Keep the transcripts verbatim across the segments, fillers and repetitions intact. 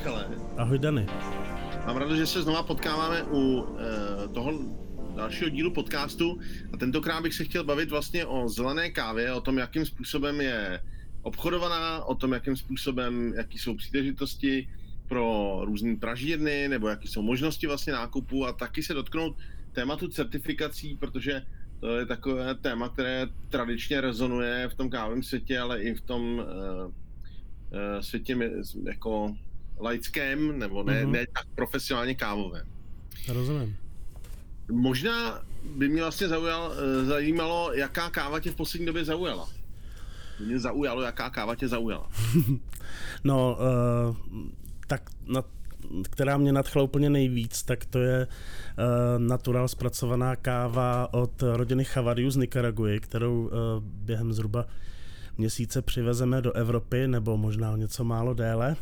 Michale. Ahoj Dany. Mám radost, že se znova potkáváme u e, toho dalšího dílu podcastu a tentokrát bych se chtěl bavit vlastně o zelené kávě, o tom, jakým způsobem je obchodovaná, o tom, jakým způsobem, jaký jsou příležitosti pro různé pražírny, nebo jaký jsou možnosti vlastně nákupu a taky se dotknout tématu certifikací, protože to je takové téma, které tradičně rezonuje v tom kávovém světě, ale i v tom e, e, světě jako laickém, nebo ne, mm-hmm. ne tak profesionálně kávovém. Rozumím. Možná by mě vlastně zaujal, zajímalo, jaká káva tě v poslední době zaujala. Mě zaujalo, jaká káva tě zaujala. No, uh, tak na, která mě nadchla úplně nejvíc, tak to je uh, natural zpracovaná káva od rodiny Chavariu z Nikaraguji, kterou uh, během zhruba měsíce přivezeme do Evropy, nebo možná o něco málo déle.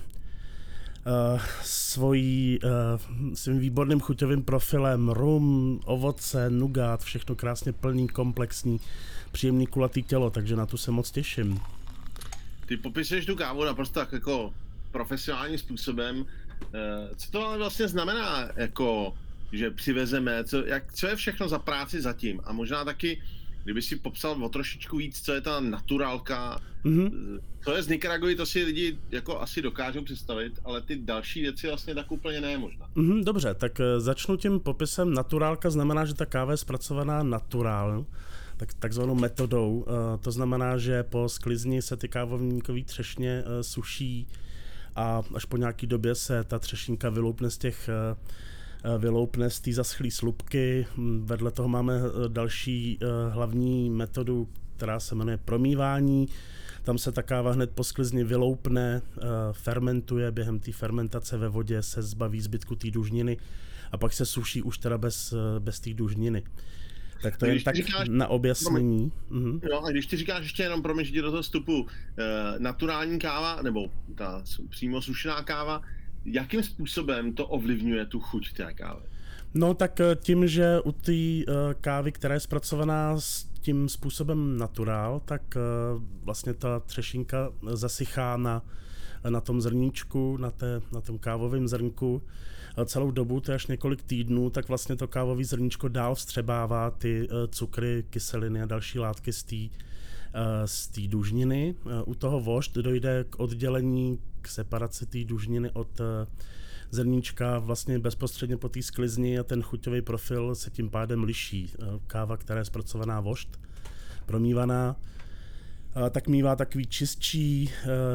Uh, svojí, uh, svým výborným chuťovým profilem, rum, ovoce, nugát, všechno krásně plný, komplexní, příjemný kulatý tělo, takže na tu se moc těším. Ty popisuješ tu kávu naprosto tak jako profesionálním způsobem. Uh, co to ale vlastně znamená, jako, že přivezeme, co, jak, co je všechno za práci zatím? A možná taky, kdyby si popsal o trošičku víc, co je ta naturálka, mm-hmm. co je z Nikaraguji, to si lidi jako asi dokážou představit, ale ty další věci vlastně tak úplně ne možná. Mm-hmm, dobře, tak začnu tím popisem. Naturálka znamená, že ta káva je zpracovaná naturál, tak, takzvanou metodou. To znamená, že po sklizni se ty kávovníkové třešně suší a až po nějaký době se ta třešínka vyloupne z těch vyloupne z té zaschlý slupky. Vedle toho máme další hlavní metodu, která se jmenuje promývání. Tam se ta káva hned po sklizni vyloupne, fermentuje, během té fermentace ve vodě se zbaví zbytku té dužniny a pak se suší už teda bez, bez té dužniny. Tak to je tak říkáš, na objasnění. Mhm. Jo, a když ty říkáš ještě jenom, promiň, že do toho vstupu, eh, naturální káva, nebo ta přímo sušená káva, jakým způsobem to ovlivňuje tu chuť té kávy? No tak tím, že u té kávy, která je zpracovaná s tím způsobem naturál, tak vlastně ta třešínka zasychá na, na tom zrníčku, na, té, na tom kávovém zrnku celou dobu, to je až několik týdnů, tak vlastně to kávové zrníčko dál vstřebává ty cukry, kyseliny a další látky z té z té dužniny. U toho vošt dojde k oddělení, k separaci té dužniny od zrníčka vlastně bezprostředně po té sklizni a ten chuťový profil se tím pádem liší. Káva, která je zpracovaná vošt, promívaná, tak mívá takový čistší,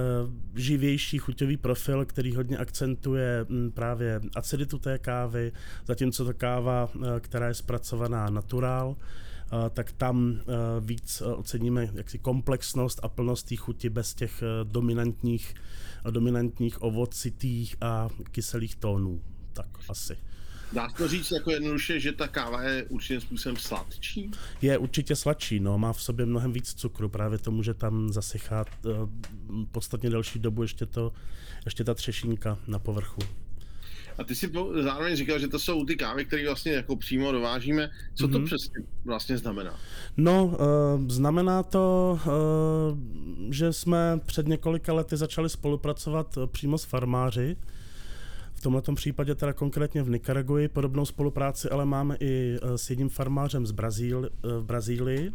živější chuťový profil, který hodně akcentuje právě aciditu té kávy, zatímco ta káva, která je zpracovaná naturál, tak tam víc oceníme jaksi komplexnost a plnost té chuti bez těch dominantních, dominantních ovocitých a kyselých tónů. Tak asi. Dá se to říct jako jednoduše, že ta káva je určitým způsobem sladčí? Je určitě sladší, no, má v sobě mnohem víc cukru, právě tomu, že tam zasychá uh, podstatně delší dobu ještě, to, ještě ta třešínka na povrchu. A ty si zároveň říkal, že to jsou ty kávy, které vlastně jako přímo dovážíme. Co to mm-hmm. přesně vlastně znamená? No, uh, znamená to, uh, že jsme před několika lety začali spolupracovat přímo s farmáři. V tomhletom případě teda konkrétně v Nikaraguji. Podobnou spolupráci ale máme i s jedním farmářem z Brazíl, v Brazílii.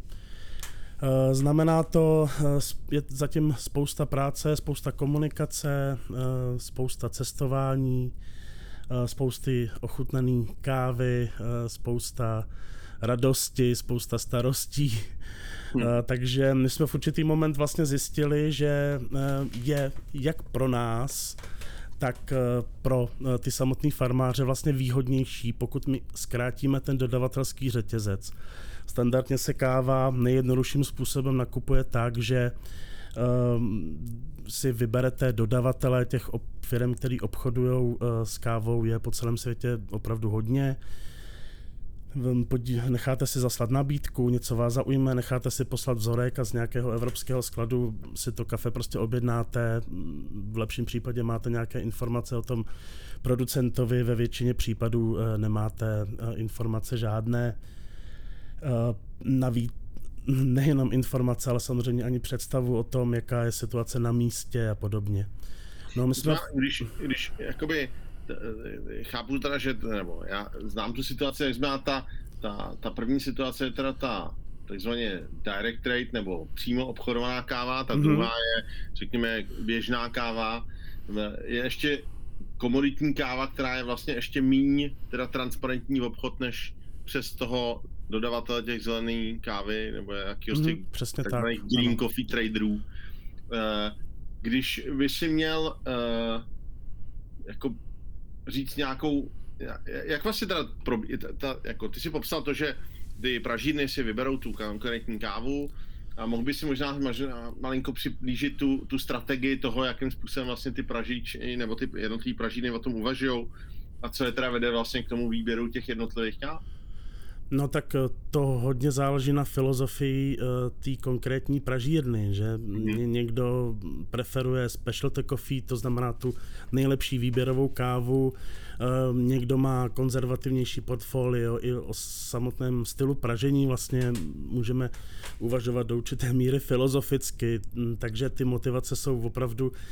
Znamená to, je zatím spousta práce, spousta komunikace, spousta cestování, spousty ochutnaný kávy, spousta radosti, spousta starostí. Hmm. Takže my jsme v určitý moment vlastně zjistili, že je jak pro nás, tak pro ty samotný farmáře vlastně výhodnější, pokud my zkrátíme ten dodavatelský řetězec. Standardně se káva nejjednodušším způsobem nakupuje tak, že um, si vyberete dodavatele těch firm, který obchodují uh, s kávou, je po celém světě opravdu hodně. Necháte si zaslat nabídku, něco vás zaujme, necháte si poslat vzorek a z nějakého evropského skladu si to kafe prostě objednáte. V lepším případě máte nějaké informace o tom producentovi, ve většině případů nemáte informace žádné. Navíc nejenom informace, ale samozřejmě ani představu o tom, jaká je situace na místě a podobně. No, my jsme... Když, když jakoby, chápu teda, že, nebo já znám tu situaci, jak jsme ta, ta, ta první situace je teda ta takzvaně direct trade, nebo přímo obchodovaná káva, ta mm-hmm. druhá je, řekněme, běžná káva, je ještě komoditní káva, která je vlastně ještě míň teda transparentní v obchod, než přes toho dodavatele těch zelený kávy, nebo jakýho z těch mm, takzvaných tak. green coffee traderů. Když by si měl jako říct nějakou, jak vlastně teda, ta, jako ty si popsal to, že ty pražírny si vyberou tu konkrétní kávu a mohl by si možná, možná malinko přiblížit tu, tu strategii toho, jakým způsobem vlastně ty pražíči nebo ty jednotlivé pražírny o tom uvažujou a co je teda vede vlastně k tomu výběru těch jednotlivých káv? No tak to hodně záleží na filozofii uh, té konkrétní pražírny, že mm-hmm. někdo preferuje specialty coffee, to znamená tu nejlepší výběrovou kávu, uh, někdo má konzervativnější portfolio i o samotném stylu pražení, vlastně můžeme uvažovat do určité míry filozoficky, takže ty motivace jsou opravdu uh,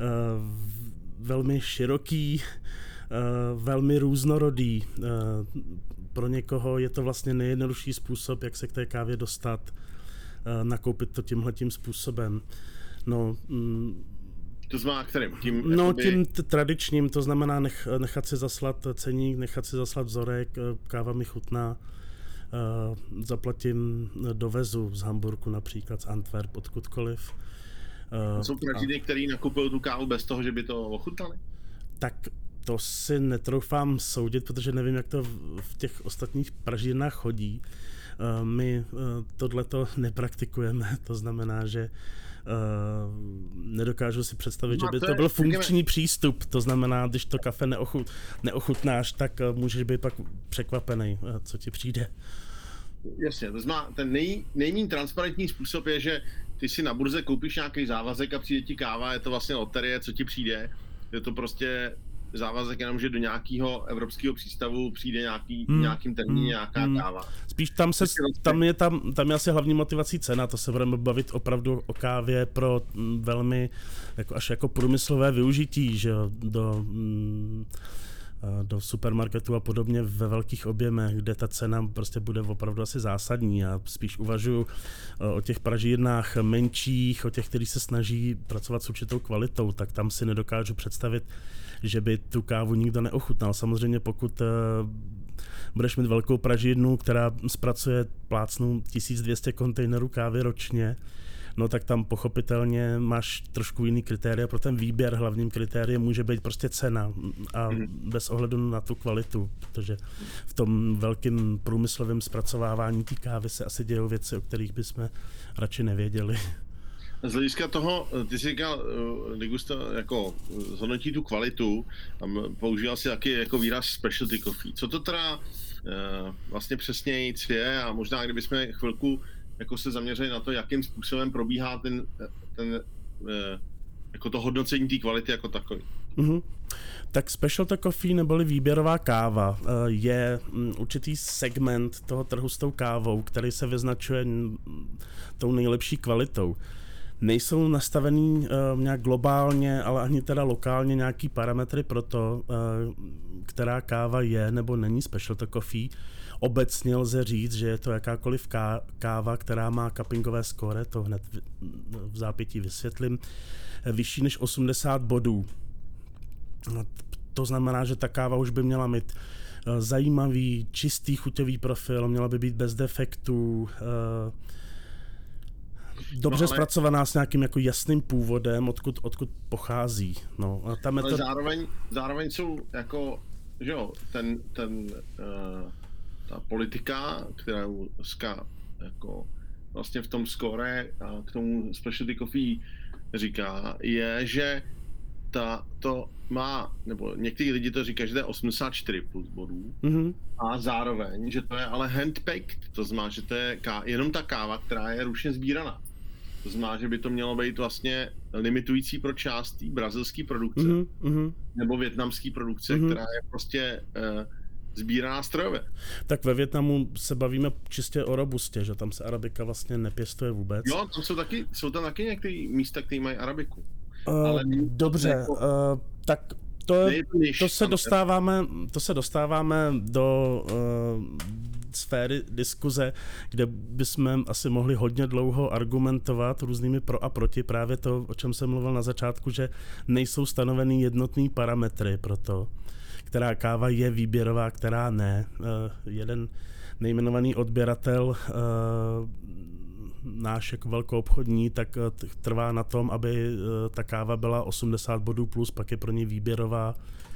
velmi široký, uh, velmi různorodý. Uh, Pro někoho je to vlastně nejjednodušší způsob, jak se k té kávě dostat, nakoupit to tímhletím způsobem. No, to znamená kterým? Tím, no jakoby... tím t- tradičním, to znamená nech, nechat si zaslat ceník, nechat si zaslat vzorek, káva mi chutná, zaplatím dovezu z Hamburku například, z Antwerp, odkudkoliv. Jsou pražírny, který nakupují tu kávu bez toho, že by to ochutnali? Tak to si netroufám soudit, protože nevím, jak to v těch ostatních pražírnách chodí. My tohleto nepraktikujeme, to znamená, že nedokážu si představit, no, že by to, to byl funkční řekněme... přístup, to znamená, když to kafe neochut, neochutnáš, tak můžeš být pak překvapený, co ti přijde. Jasně, to znamená, ten nej, nejméně transparentní způsob je, že ty si na burze koupíš nějaký závazek a přijde ti káva, je to vlastně loterie, co ti přijde, je to prostě závazek jenom, že do nějakého evropského přístavu přijde nějaký, hmm. nějakým termíně nějaká hmm. káva. Spíš tam, se, tam, je, tam, tam je asi hlavní motivací cena, to se budeme bavit opravdu o kávě pro velmi jako, až jako průmyslové využití, že do, do supermarketu a podobně ve velkých objemech, kde ta cena prostě bude opravdu asi zásadní. Já spíš uvažuji o těch pražírnách menších, o těch, kteří se snaží pracovat s určitou kvalitou, tak tam si nedokážu představit, že by tu kávu nikdo neochutnal. Samozřejmě pokud uh, budeš mít velkou pražírnu, která zpracuje plácnu tisíc dvě stě kontejnerů kávy ročně, no tak tam pochopitelně máš trošku jiný kritéria pro ten výběr. Hlavním kritériem může být prostě cena a bez ohledu na tu kvalitu, protože v tom velkém průmyslovém zpracovávání té kávy se asi dějou věci, o kterých bychom radši nevěděli. Z hlediska toho, ty jsi říkal, degusta, jako zhodnotí tu kvalitu, používal si taky jako výraz specialty coffee. Co to teda vlastně přesněji je a možná kdybychom chvilku jako se zaměřili na to, jakým způsobem probíhá ten, ten jako to hodnocení té kvality jako takový. Mm-hmm. Tak specialty coffee neboli výběrová káva je určitý segment toho trhu s tou kávou, který se vyznačuje tou nejlepší kvalitou. Nejsou nastavený uh, nějak globálně, ale ani teda lokálně nějaký parametry pro to, uh, která káva je nebo není specialty coffee. Obecně lze říct, že je to jakákoliv ká- káva, která má cuppingové skóre, to hned v, v zápětí vysvětlím, vyšší než osmdesát bodů. To znamená, že ta káva už by měla mít uh, zajímavý, čistý chuťový profil, měla by být bez defektů, uh, dobře no, ale... zpracovaná s nějakým jako jasným původem, odkud, odkud pochází. No, a ta metoda... Ale zároveň, zároveň jsou jako, že jo, ten, ten, uh, ta politika, která ska, jako vlastně v tom score a k tomu specialty coffee říká, je, že ta, to má, nebo někteří lidi to říkají, že to je osmdesát čtyři plus bodů mm-hmm. a zároveň, že to je ale handpicked, to znamená, že to je ká, jenom ta káva, která je ručně sbíraná. To znamená, že by to mělo být vlastně limitující pro část té brazilské produkce mm-hmm. nebo vietnamské produkce, mm-hmm. která je prostě uh, sbíraná strojově. Tak ve Vietnamu se bavíme čistě o robustě, že tam se arabika vlastně nepěstuje vůbec. Jo, tam jsou taky, jsou tam taky některé místa, které mají arabiku. ale... Uh, dobře, jako, uh, tak to, to, se dostáváme, to se dostáváme do uh, sféry diskuze, kde bychom asi mohli hodně dlouho argumentovat různými pro a proti, právě to, o čem jsem mluvil na začátku, že nejsou stanovený jednotný parametry pro to, která káva je výběrová, která ne. Uh, jeden nejmenovaný odběratel, uh, náš jako velkoobchodní, tak trvá na tom, aby ta káva byla osmdesát bodů plus, pak je pro ně výběrová.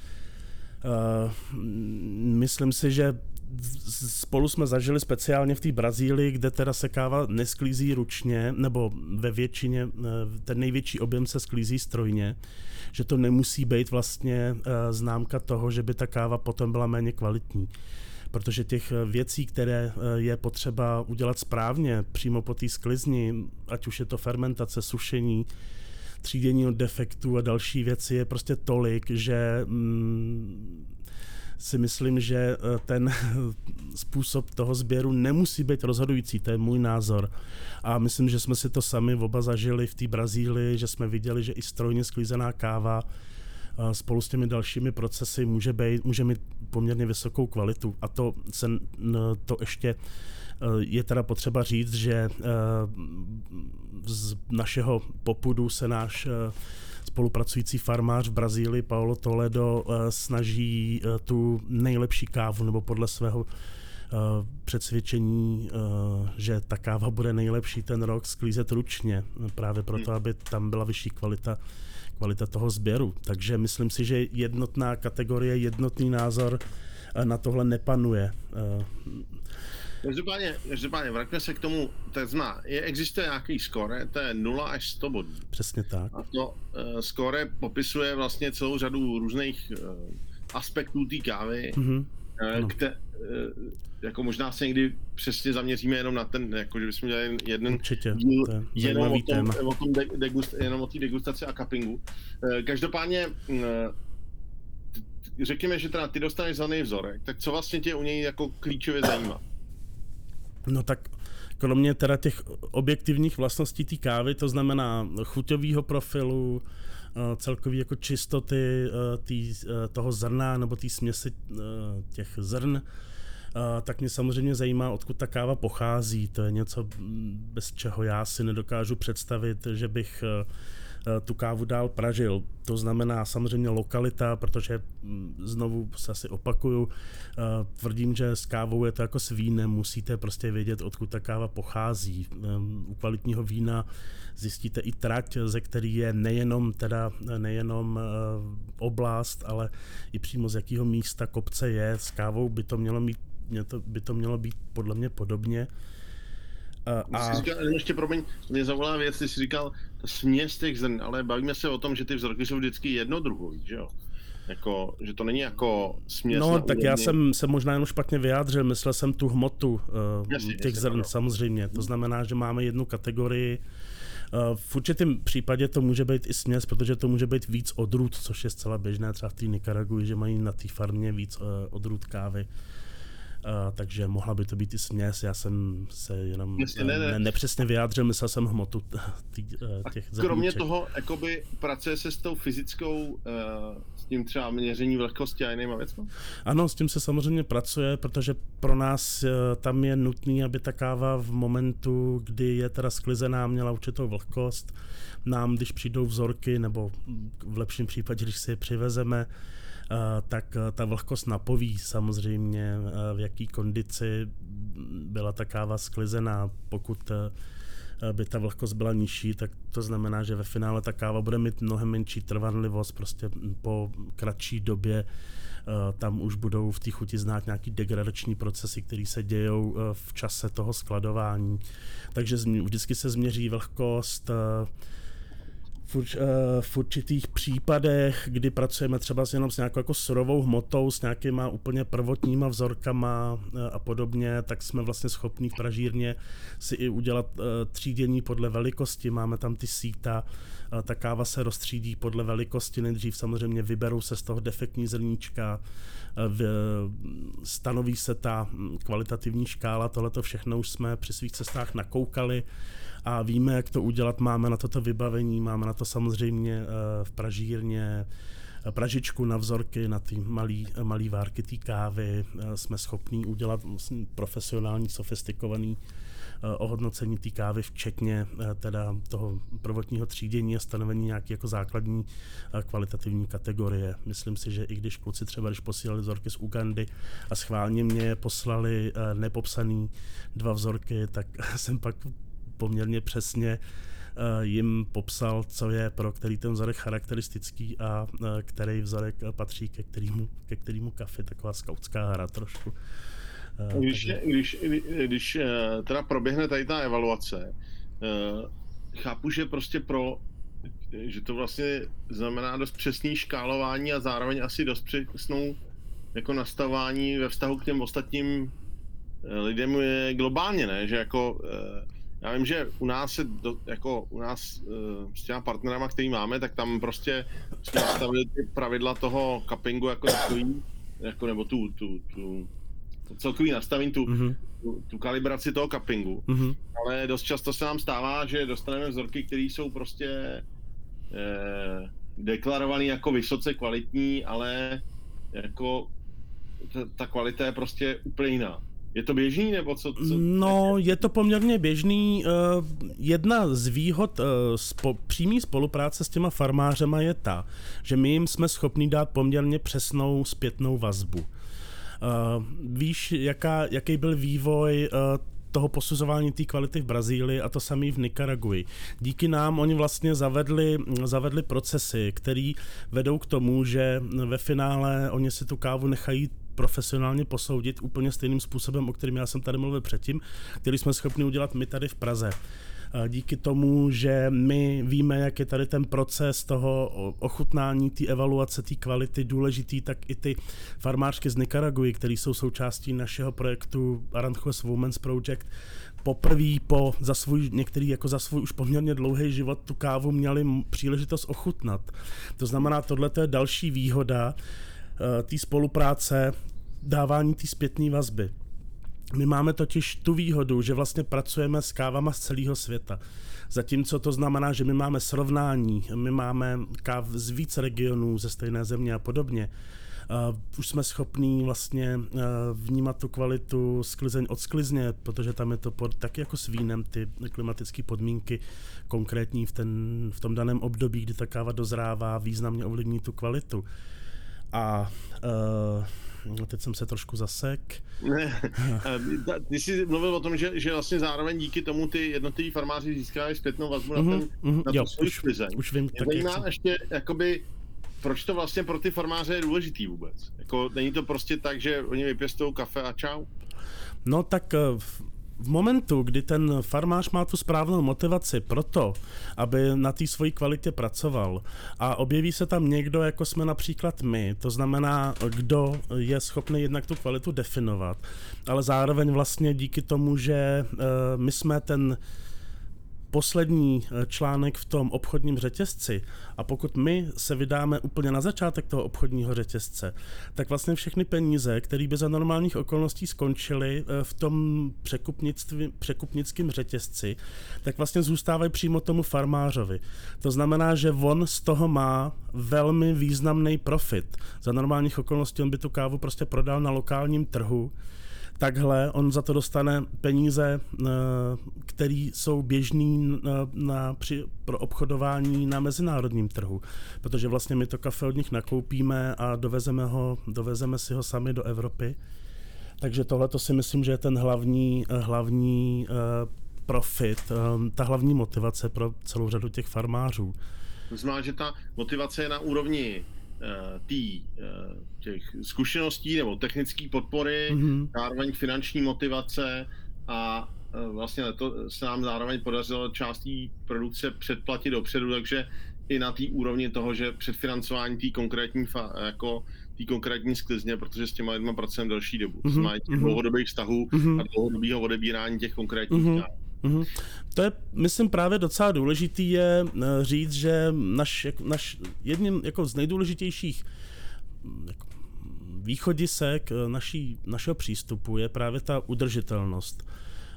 Myslím si, že spolu jsme zažili speciálně v té Brazílii, kde teda se káva nesklízí ručně, nebo ve většině, ten největší objem se sklízí strojně, že to nemusí být vlastně známka toho, že by ta káva potom byla méně kvalitní. Protože těch věcí, které je potřeba udělat správně přímo po té sklizni, ať už je to fermentace, sušení, třídění od defektů a další věci, je prostě tolik, že mm, si myslím, že ten způsob toho sběru nemusí být rozhodující, to je můj názor. A myslím, že jsme si to sami oba zažili v té Brazílii, že jsme viděli, že i strojně sklízená káva spolu s těmi dalšími procesy může, být, může mít poměrně vysokou kvalitu. A to, se, to ještě je teda potřeba říct, že z našeho popudu se náš spolupracující farmář v Brazílii Paulo Toledo snaží tu nejlepší kávu, nebo podle svého předsvědčení, že ta káva bude nejlepší ten rok, sklízet ručně, právě proto, aby tam byla vyšší kvalita kvalita toho sběru. Takže myslím si, že jednotná kategorie, jednotný názor na tohle nepanuje. Každopádně, každopádně vraťme se k tomu, to zná, je, existuje nějaký score, to je nula až sto bodů. Přesně tak. A to uh, score popisuje vlastně celou řadu různých uh, aspektů té kávy, mm-hmm. uh, kte, uh, jako možná se někdy přesně zaměříme jenom na ten, jako že bychom dělali jeden Určitě, díl to je jenom o tom, o tom de, degust, jenom o té degustaci a cuppingu. Uh, každopádně uh, řekněme, že teda ty dostaneš zelený vzorek, tak co vlastně tě u něj jako klíčově zajímá? No tak kromě teda těch objektivních vlastností té kávy, to znamená chuťového profilu, celkový jako čistoty tý, toho zrna nebo té směsi těch zrn, tak mě samozřejmě zajímá, odkud ta káva pochází. To je něco, bez čeho já si nedokážu představit, že bych tu kávu dál pražil. To znamená samozřejmě lokalita, protože znovu se asi opakuju, tvrdím, že s kávou je to jako s vínem, musíte prostě vědět, odkud ta káva pochází. U kvalitního vína zjistíte i trať, ze který je nejenom teda nejenom oblast, ale i přímo z jakého místa kopce je. S kávou by to mělo mít, by to mělo být podle mě podobně. A... Jsi říkal, ještě promiň, mě zavolá věc, ty jsi říkal směs těch zrn, ale bavíme se o tom, že ty vzorky jsou vždycky jednodruhový, že jo? Jako, že to není jako směs. No, tak úrovni... já jsem se možná jenom špatně vyjádřil, myslel jsem tu hmotu uh, jasně, těch jasně, zrn, no. Samozřejmě. To znamená, že máme jednu kategorii. Uh, v určitém případě to může být i směs, protože to může být víc odrůd, což je zcela běžné, třeba v té Nikaragui, že mají na té farmě víc uh, odrůd kávy. Uh, takže mohla by to být i směs, já jsem se jenom Jestli ne, ne. Ne, nepřesně vyjádřil, myslel jsem hmotu tý, uh, těch zrníček. Kromě toho, jakoby pracuje se s tou fyzickou, uh, s tím třeba měření vlhkosti a jinýma věcmi? Ano, s tím se samozřejmě pracuje, protože pro nás uh, tam je nutný, aby ta káva v momentu, kdy je teda sklizená, měla určitou vlhkost. Nám, když přijdou vzorky, nebo v lepším případě, když si je přivezeme, Uh, tak uh, ta vlhkost napoví samozřejmě, uh, v jaký kondici byla ta káva sklizená. Pokud uh, by ta vlhkost byla nižší, tak to znamená, že ve finále ta káva bude mít mnohem menší trvanlivost, prostě po kratší době uh, tam už budou v té chuti znát nějaký degradační procesy, které se dějou uh, v čase toho skladování. Takže zmi- vždycky se změří vlhkost. Uh, V, urč, uh, v určitých případech, kdy pracujeme třeba jenom s nějakou jako surovou hmotou, s nějakýma úplně prvotníma vzorkama uh, a podobně, tak jsme vlastně schopní v pražírně si i udělat uh, třídění podle velikosti. Máme tam ty síta, uh, ta káva se rozstřídí podle velikosti, nejdřív samozřejmě vyberou se z toho defektní zrníčka, uh, v, stanoví se ta kvalitativní škála, tohleto všechno už jsme při svých cestách nakoukali a víme, jak to udělat, máme na toto vybavení, máme na to samozřejmě v pražírně pražičku na vzorky, na ty malý, malý várky té kávy, jsme schopní udělat profesionální, sofistikovaný ohodnocení té kávy, včetně teda toho prvotního třídění a stanovení nějaké jako základní kvalitativní kategorie. Myslím si, že i když kluci třeba, když posílali vzorky z Ugandy a schválně mě poslali nepopsaný dva vzorky, tak jsem pak poměrně přesně jim popsal, co je pro který ten vzorek charakteristický a který vzorek patří ke kterému, ke kterému kafi, taková skautská hra trošku. Když, když, když teda proběhne tady ta evaluace, chápu, že prostě pro, že to vlastně znamená dost přesný škálování a zároveň asi dost přesnou jako nastavování ve vztahu k těm ostatním lidem je globálně, ne? Že jako, já vím, že u nás se, do, jako u nás s těma partnerama, který máme, tak tam prostě jsme nastavili ty pravidla toho cuppingu jako takový, jako nebo tu, tu, tu to celkový nastavení, tu, mm-hmm. tu, tu kalibraci toho cuppingu. Mm-hmm. Ale dost často se nám stává, že dostaneme vzorky, které jsou prostě eh, deklarované jako vysoce kvalitní, ale jako ta, ta kvalita je prostě úplně jiná. Je to běžný, nebo co? co no, je to poměrně běžný. Jedna z výhod spo, přímý spolupráce s těma farmářema je ta, že my jim jsme schopni dát poměrně přesnou zpětnou vazbu. Uh, víš, jaká, jaký byl vývoj uh, toho posuzování té kvality v Brazílii a to samé v Nikaraguji. Díky nám oni vlastně zavedli, zavedli procesy, které vedou k tomu, že ve finále oni si tu kávu nechají profesionálně posoudit úplně stejným způsobem, o kterým já jsem tady mluvil předtím, který jsme schopni udělat my tady v Praze. Díky tomu, že my víme, jak je tady ten proces toho ochutnání, té evaluace, té kvality důležitý, tak i ty farmářky z Nikaraguji, které jsou součástí našeho projektu Aranjuez Women's Project, poprvé po za svůj, některý jako za svůj už poměrně dlouhý život tu kávu měli příležitost ochutnat. To znamená, tohle je další výhoda té spolupráce, dávání té zpětné vazby. My máme totiž tu výhodu, že vlastně pracujeme s kávama z celého světa. Zatímco to znamená, že my máme srovnání, my máme káv z víc regionů, ze stejné země a podobně. Uh, už jsme schopní vlastně uh, vnímat tu kvalitu sklizeň od sklizně, protože tam je to pod, taky jako s vínem ty klimatické podmínky konkrétní v, ten, v tom daném období, kdy ta káva dozrává, významně ovlivní tu kvalitu. A uh, teď jsem se trošku zasek. Ne, ty jsi mluvil o tom, že, že vlastně zároveň díky tomu ty jednotliví farmáři získávají zpětnou vazbu mm-hmm, na, ten, mm-hmm, na jo, tu svůj sklizeň. Už vím, Mě zajímá ještě, jakoby, proč to vlastně pro ty farmáře je důležitý vůbec? Jako, není to prostě tak, že oni vypěstují kafe a čau? No tak v momentu, kdy ten farmář má tu správnou motivaci pro to, aby na té svojí kvalitě pracoval a objeví se tam někdo, jako jsme například my, to znamená, kdo je schopný jednak tu kvalitu definovat, ale zároveň vlastně díky tomu, že my jsme ten poslední článek v tom obchodním řetězci a pokud my se vydáme úplně na začátek toho obchodního řetězce, tak vlastně všechny peníze, které by za normálních okolností skončily v tom překupnickém řetězci, tak vlastně zůstávají přímo tomu farmářovi. To znamená, že on z toho má velmi významný profit. Za normálních okolností on by tu kávu prostě prodal na lokálním trhu. Takhle on za to dostane peníze, které jsou běžný na, na, při, pro obchodování na mezinárodním trhu, protože vlastně my to kafe od nich nakoupíme a dovezeme, ho, dovezeme si ho sami do Evropy. Takže tohle to si myslím, že je ten hlavní, hlavní profit, ta hlavní motivace pro celou řadu těch farmářů. To znamená, že ta motivace je na úrovni tý, těch zkušeností nebo technické podpory, mm-hmm. zároveň finanční motivace a vlastně to se nám zároveň podařilo část té produkce předplatit dopředu, takže i na té úrovni toho, že předfinancování té konkrétní, jako té konkrétní sklizně, protože s těma lidma pracujeme delší dobu. Mm-hmm. Jsme těch dlouhodobých vztahů mm-hmm. a dlouhodobých odebírání těch konkrétních mm-hmm. Mm-hmm. To je, myslím, právě docela důležitý je říct, že naš, naš jedním jako z nejdůležitějších jako východisek naší, našeho přístupu je právě ta udržitelnost.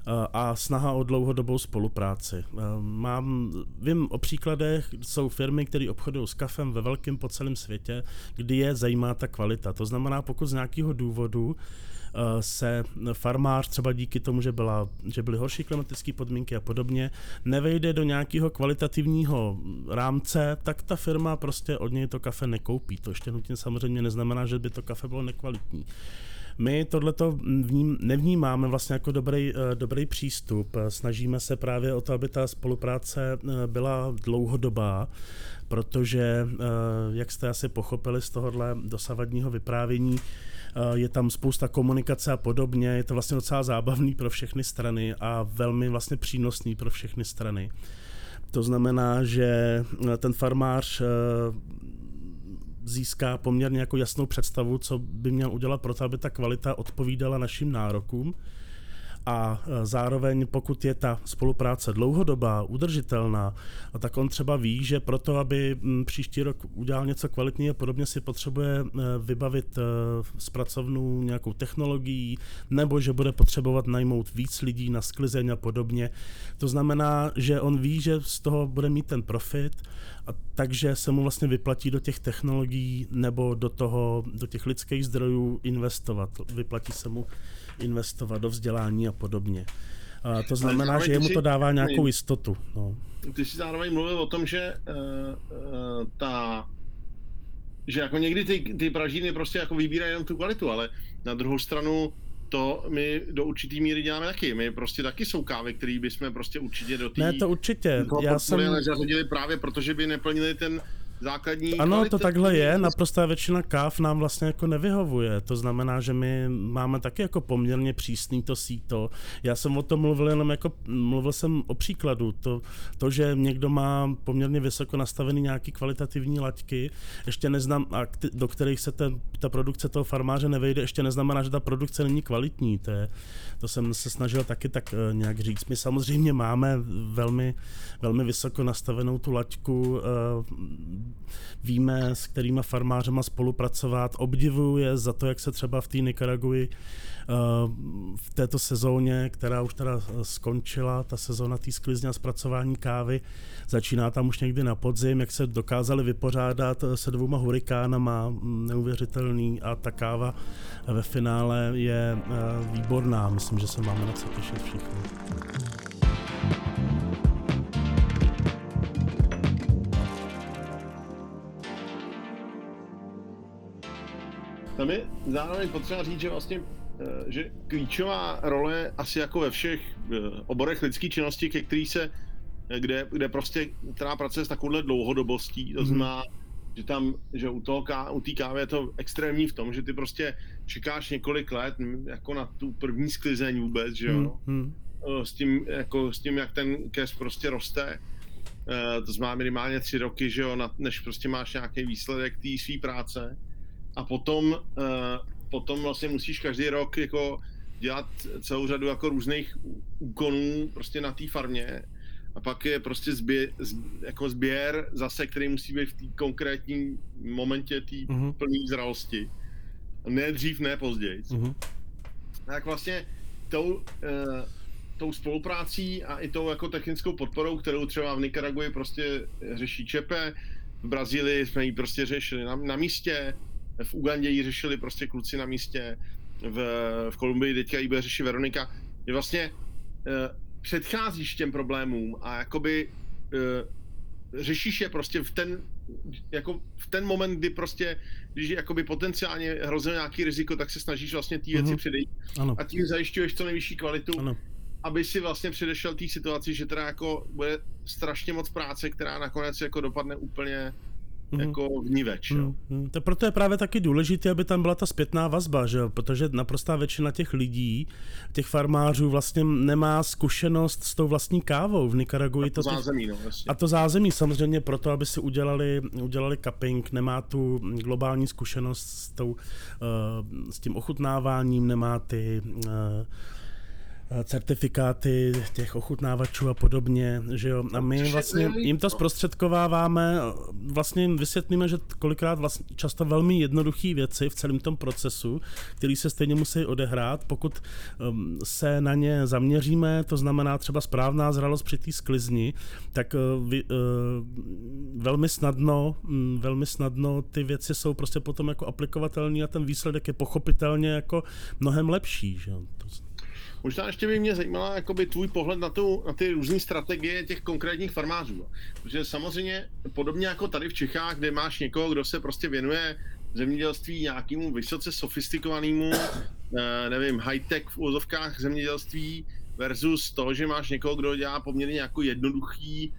a snaha o dlouhodobou spolupráci. Mám, vím o příkladech, jsou firmy, které obchodují s kafem ve velkém po celém světě, kdy je zajímá ta kvalita. To znamená, pokud z nějakého důvodu se farmář třeba díky tomu, že, byla, že byly horší klimatické podmínky a podobně, nevejde do nějakého kvalitativního rámce, tak ta firma prostě od něj to kafe nekoupí. To ještě nutně samozřejmě neznamená, že by to kafe bylo nekvalitní. My tohleto nevnímáme vlastně jako dobrý, dobrý přístup. Snažíme se právě o to, aby ta spolupráce byla dlouhodobá, protože, jak jste asi pochopili z tohohle dosavadního vyprávění, je tam spousta komunikace a podobně, je to vlastně docela zábavný pro všechny strany a velmi vlastně přínosný pro všechny strany. To znamená, že ten farmář získá poměrně jako jasnou představu, co by měl udělat pro to, aby ta kvalita odpovídala našim nárokům. A zároveň, pokud je ta spolupráce dlouhodobá, udržitelná, tak on třeba ví, že proto, aby příští rok udělal něco kvalitního, podobně si potřebuje vybavit zpracovnu nějakou technologií, nebo že bude potřebovat najmout víc lidí na sklizeň a podobně. To znamená, že on ví, že z toho bude mít ten profit, a takže se mu vlastně vyplatí do těch technologií nebo do toho, do těch lidských zdrojů investovat. Vyplatí se mu investovat do vzdělání a podobně. A to znamená, že jemu to dává nějakou jistotu. No. Ty jsi zároveň mluvil o tom, že uh, uh, ta že jako někdy ty, ty pražíny prostě jako vybírají jenom tu kvalitu, ale na druhou stranu to my do určitý míry děláme taky. My prostě taky jsou kávy, které bychom prostě určitě do té... Ne, to určitě. Já jsem... nezařadili právě protože by neplnili ten základní ano, kvality. To takhle je. Naprostá většina káv nám vlastně jako nevyhovuje. To znamená, že my máme taky jako poměrně přísný to síto. Já jsem o tom mluvil jenom jako, mluvil jsem o příkladu. To, to že někdo má poměrně vysoko nastavený nějaký kvalitativní laťky, ještě neznám, a do kterých se ten, ta produkce toho farmáře nevejde, ještě neznamená, že ta produkce není kvalitní. To, je, to jsem se snažil taky tak nějak říct. My samozřejmě máme velmi, velmi vysoko nastavenou tu laťku, víme, s kterýma farmářema spolupracovat, obdivuju je za to, jak se třeba v té Nikaragui v této sezóně, která už teda skončila, ta sezóna té sklizně a zpracování kávy, začíná tam už někdy na podzim, jak se dokázali vypořádat se dvouma hurikánama, neuvěřitelný, a ta káva ve finále je výborná. Myslím, že se máme na co těšit všichni. Tam je zároveň potřeba říct, že vlastně že klíčová role asi jako ve všech oborech lidské činnosti, ke který se, kde, kde prostě která pracuje s takovouhle dlouhodobostí, to znamená, že tam, že u toho ká, u té kávy je to extrémní v tom, že ty prostě čekáš několik let jako na tu první sklizeň vůbec, že jo, mm. s tím, jako s tím, jak ten kes prostě roste. To znamená minimálně tři roky, že jo, než prostě máš nějaký výsledek té své práce. A potom, uh, potom vlastně musíš každý rok jako dělat celou řadu jako různých úkonů prostě na té farmě. A pak je prostě zbě, z, jako sběr zase, který musí být v té konkrétním momentě té uh-huh. plné zralosti. Ne dřív, ne později. Uh-huh. Tak vlastně tou, uh, tou spoluprácí a i tou jako technickou podporou, kterou třeba v Nikaragui prostě řeší Čepe, v Brazílii jsme ji prostě řešili na, na místě, v Ugandě ji řešili prostě kluci na místě, v, v Kolumbii teďka ji bude řešit Veronika, je vlastně e, předcházíš těm problémům a jakoby e, řešíš je prostě v ten, jako v ten moment, kdy prostě, když jakoby potenciálně hrozí nějaký riziko, tak se snažíš vlastně ty věci uh-huh. předejít a tím zajišťuješ co nejvyšší kvalitu, ano. aby si vlastně předešel té situaci, že teda jako bude strašně moc práce, která nakonec jako dopadne úplně Mm-hmm. jako vníveč. Mm-hmm. To proto je právě taky důležité, aby tam byla ta zpětná vazba, že jo? Protože naprostá většina těch lidí, těch farmářů vlastně nemá zkušenost s tou vlastní kávou v Nikaragui. A to, to zázemí, no, A to zázemí samozřejmě proto, aby si udělali, udělali cupping, nemá tu globální zkušenost s, tou, uh, s tím ochutnáváním, nemá ty... Uh, certifikáty těch ochutnávačů a podobně, že jo. A my vlastně jim to zprostředkováváme, vlastně jim vysvětlíme, že kolikrát vlastně často velmi jednoduché věci v celém tom procesu, který se stejně musí odehrát, pokud um, se na ně zaměříme, to znamená třeba správná zralost při té sklizni, tak uh, vy, uh, velmi snadno, um, velmi snadno ty věci jsou prostě potom jako aplikovatelné a ten výsledek je pochopitelně jako mnohem lepší, že jo. To... Možná ještě by mě zajímala jakoby tvůj pohled na, tu, na ty různé strategie těch konkrétních farmářů. Protože samozřejmě podobně jako tady v Čechách, kde máš někoho, kdo se prostě věnuje zemědělství nějakému vysoce sofistikovanému, nevím, high-tech v úvozovkách zemědělství versus to, že máš někoho, kdo dělá poměrně jako jednoduchý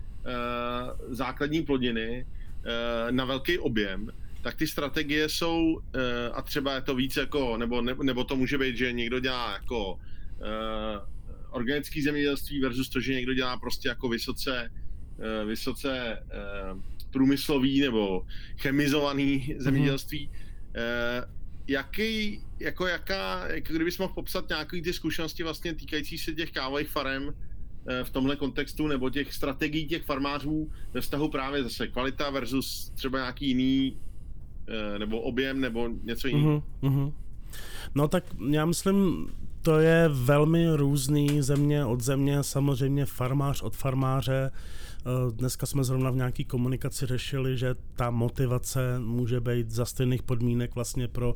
základní plodiny na velký objem, tak ty strategie jsou, a třeba je to víc jako, nebo, nebo to může být, že někdo dělá jako Uh, organické zemědělství versus to, že někdo dělá prostě jako vysoce, uh, vysoce uh, průmyslový nebo chemizovaný zemědělství. Mm-hmm. Uh, jaký, jako jaká, jako kdybys mohl popsat nějaké ty zkušenosti vlastně týkající se těch kávových farem uh, v tomhle kontextu nebo těch strategií těch farmářů ve vztahu právě zase kvalita versus třeba nějaký jiný uh, nebo objem nebo něco jiného. Mm-hmm. No tak já myslím, to je velmi různý země od země, samozřejmě farmář od farmáře. Dneska jsme zrovna v nějaký komunikaci řešili, že ta motivace může být za stejných podmínek vlastně pro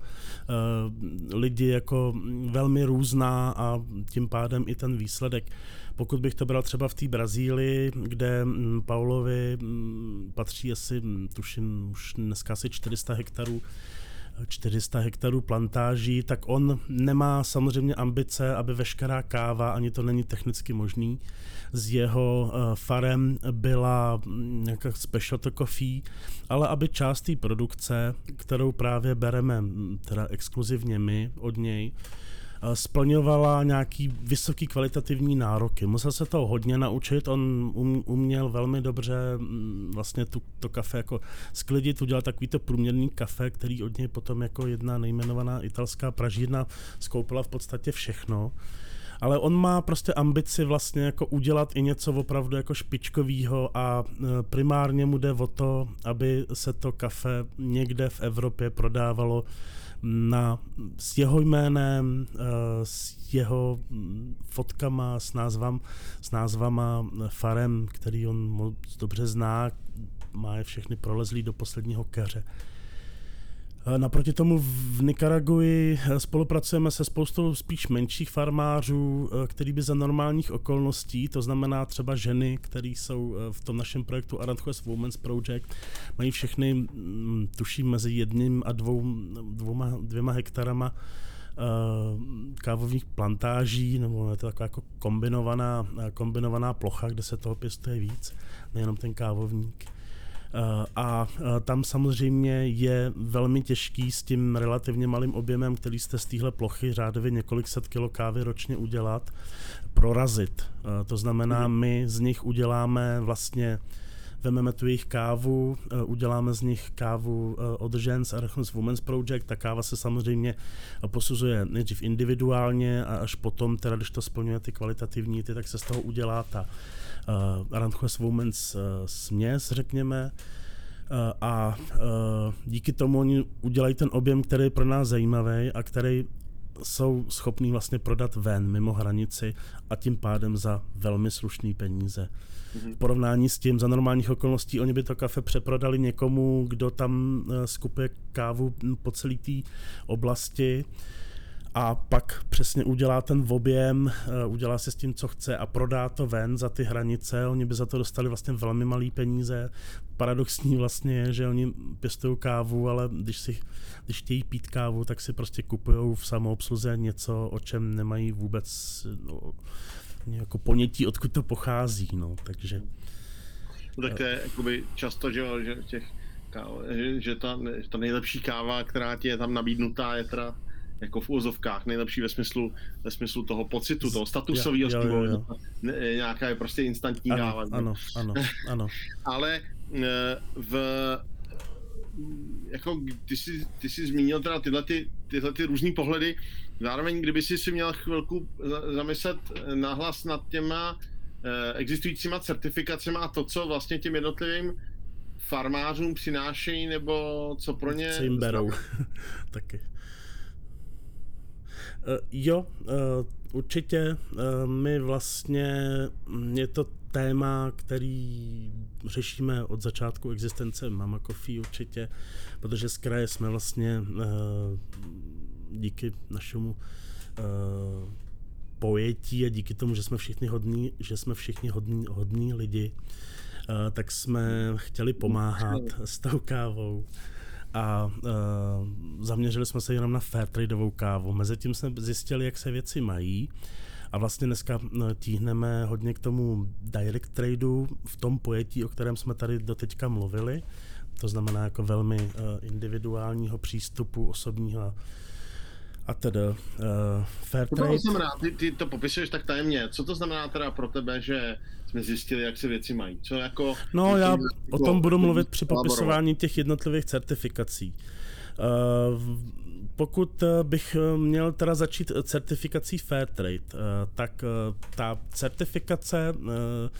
uh, lidi jako velmi různá a tím pádem i ten výsledek. Pokud bych to bral třeba v té Brazílii, kde Paulovi patří asi, tuším, už dneska asi čtyři sta hektarů, čtyři sta hektarů plantáží, tak on nemá samozřejmě ambice, aby veškerá káva, ani to není technicky možný, z jeho farem byla nějaká specialty coffee, ale aby část té produkce, kterou právě bereme teda exkluzivně my od něj, splňovala nějaký vysoký kvalitativní nároky. Musel se toho hodně naučit, on uměl velmi dobře vlastně tu, to kafe jako sklidit, udělal takový to průměrný kafe, který od něj potom jako jedna nejmenovaná italská pražírna skoupila v podstatě všechno. Ale on má prostě ambici vlastně jako udělat i něco opravdu jako špičkovýho a primárně mu jde o to, aby se to kafe někde v Evropě prodávalo na, s jeho jménem, s jeho fotkama, s, názvam, s názvama farem, který on moc dobře zná, má je všechny prolezlý do posledního keře. Naproti tomu v Nikaraguji spolupracujeme se spoustou spíš menších farmářů, který by za normálních okolností, to znamená třeba ženy, které jsou v tom našem projektu Aranjuez Women's Project, mají všechny, tuším, mezi jedním a dvou, dvouma, dvěma hektarama kávových plantáží, nebo je to taková jako kombinovaná, kombinovaná plocha, kde se toho pěstuje víc, nejenom ten kávovník. A tam samozřejmě je velmi těžký s tím relativně malým objemem, který jste z téhle plochy řádově několik set kilo kávy ročně udělat, prorazit. To znamená, my z nich uděláme vlastně, vememe tu jejich kávu, uděláme z nich kávu od žen z Aranjuez Women's Project, ta káva se samozřejmě posuzuje nejdřív individuálně a až potom, teda když to splňuje ty kvalitativní, ty, tak se z toho udělá ta Uh, Aranjuez Women's uh, směs, řekněme, uh, a uh, díky tomu oni udělají ten objem, který je pro nás zajímavý a který jsou schopní vlastně prodat ven mimo hranici a tím pádem za velmi slušný peníze. Mm-hmm. V porovnání s tím, za normálních okolností, oni by to kafe přeprodali někomu, kdo tam uh, skupuje kávu po celé té oblasti, a pak přesně udělá ten objem, udělá si s tím, co chce a prodá to ven za ty hranice. Oni by za to dostali vlastně velmi malý peníze. Paradoxní vlastně je, že oni pěstují kávu, ale když, si, když chtějí pít kávu, tak si prostě kupují v samoobsluze něco, o čem nemají vůbec no, jako ponětí, odkud to pochází. No, takže... No, tak to je jakoby často, že, že, těch káv, že, že ta, ta nejlepší káva, která ti je tam nabídnutá, je teda jako v úvozovkách, nejlepší ve smyslu, ve smyslu toho pocitu, toho statusového stylu, nějaká je prostě instantní ano, káva. Ano, ano, ano. Ale v, jako ty jsi, ty jsi zmínil teda tyhle, ty, tyhle ty různý pohledy, zároveň kdyby si si měl chvilku zamyslet nahlas nad těma eh, existujícíma certifikacemi a to, co vlastně těm jednotlivým farmářům přinášejí, nebo co pro ně... Co jim berou. Taky. Uh, jo, uh, určitě uh, my vlastně, je to téma, který řešíme od začátku existence Mama Coffee určitě, protože z kraje jsme vlastně uh, díky našemu uh, pojetí a díky tomu, že jsme všichni hodní, že jsme všichni hodní, hodní lidi, uh, tak jsme chtěli pomáhat s tou kávou. A uh, zaměřili jsme se jenom na fairtradeovou kávu. Mezitím jsme zjistili, jak se věci mají. A vlastně dneska tíhneme hodně k tomu direct tradeu v tom pojetí, o kterém jsme tady doteďka mluvili. To znamená jako velmi uh, individuálního přístupu, osobního a, a teda uh, fair trade. To znamená, ty, ty to popisuješ tak tajemně. Co to znamená teda pro tebe, že jsme zjistili, jak se věci mají? Co jako... No já o tom budu mluvit při popisování těch jednotlivých certifikací. Uh, pokud bych měl teda začít certifikací Fairtrade, uh, tak uh, ta certifikace uh,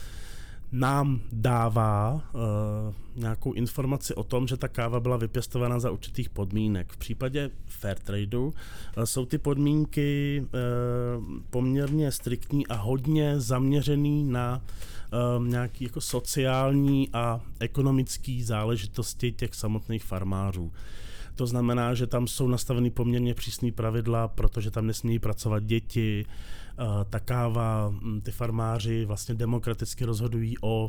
nám dává uh, nějakou informaci o tom, že ta káva byla vypěstována za určitých podmínek. V případě Fairtradeu uh, jsou ty podmínky uh, poměrně striktní a hodně zaměřený na uh, nějaký jako sociální a ekonomické záležitosti těch samotných farmářů. To znamená, že tam jsou nastaveny poměrně přísné pravidla, protože tam nesmějí pracovat děti. Ta káva, ty farmáři vlastně demokraticky rozhodují o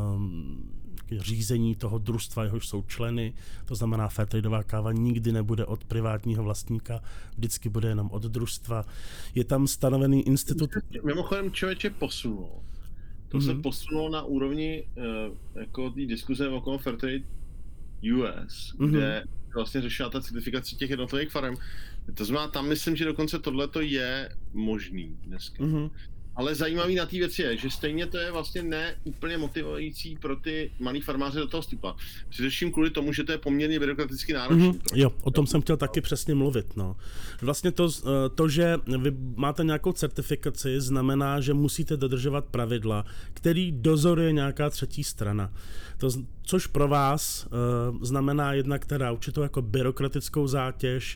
řízení toho družstva, jehož jsou členy. To znamená, fairtradeová káva nikdy nebude od privátního vlastníka, vždycky bude jenom od družstva. Je tam stanovený institut... Mimochodem člověče posunulo. To mm-hmm. se posunulo na úrovni jako té diskuze okolo Fairtrade U S, mm-hmm. kde vlastně řešila ta certifikace těch jednotlivých farem. To znamená, tam myslím, že dokonce tohleto je možný dneska. Mm-hmm. Ale zajímavý na té věci je, že stejně to je vlastně ne úplně motivující pro ty malý farmáře do toho vstupa. Především kvůli tomu, že to je poměrně byrokraticky náročné. Mm-hmm. Jo, o tom jsem chtěl taky přesně mluvit. No. Vlastně to, to, že vy máte nějakou certifikaci, znamená, že musíte dodržovat pravidla, který dozoruje nějaká třetí strana. To, což pro vás uh, znamená jednak teda určitou jako byrokratickou zátěž,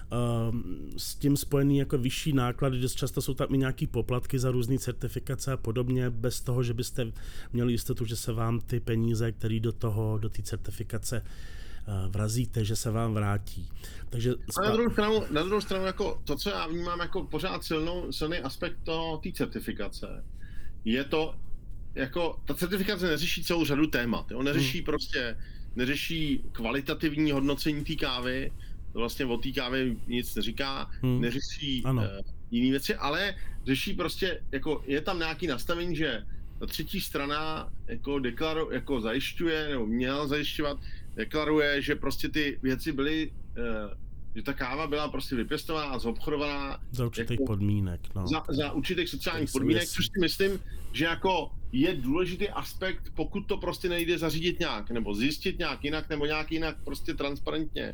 s tím spojený jako vyšší náklady, dost často jsou tam i nějaký poplatky za různé certifikace a podobně, bez toho, že byste měli jistotu, že se vám ty peníze, které do toho, do té certifikace vrazíte, že se vám vrátí. Takže a na druhou stranu, na druhou stranu jako to, co já vnímám jako pořád silnou, silný aspekt té certifikace, je to, jako ta certifikace neřeší celou řadu témat. On neřeší hmm. prostě, neřeší kvalitativní hodnocení té kávy, to vlastně o té kávě nic neříká, hmm. neřeší uh, jiné věci, ale řeší prostě, jako je tam nějaký nastavení, že ta třetí strana jako, deklaru, jako zajišťuje, nebo měla zajišťovat, deklaruje, že prostě ty věci byly, uh, že ta káva byla prostě vypěstovaná a zobchodovaná za určitých jako, podmínek. No. Za, za určitých sociálních podmínek, což si myslím, že jako je důležitý aspekt, pokud to prostě nejde zařídit nějak, nebo zjistit nějak jinak, nebo nějak jinak prostě transparentně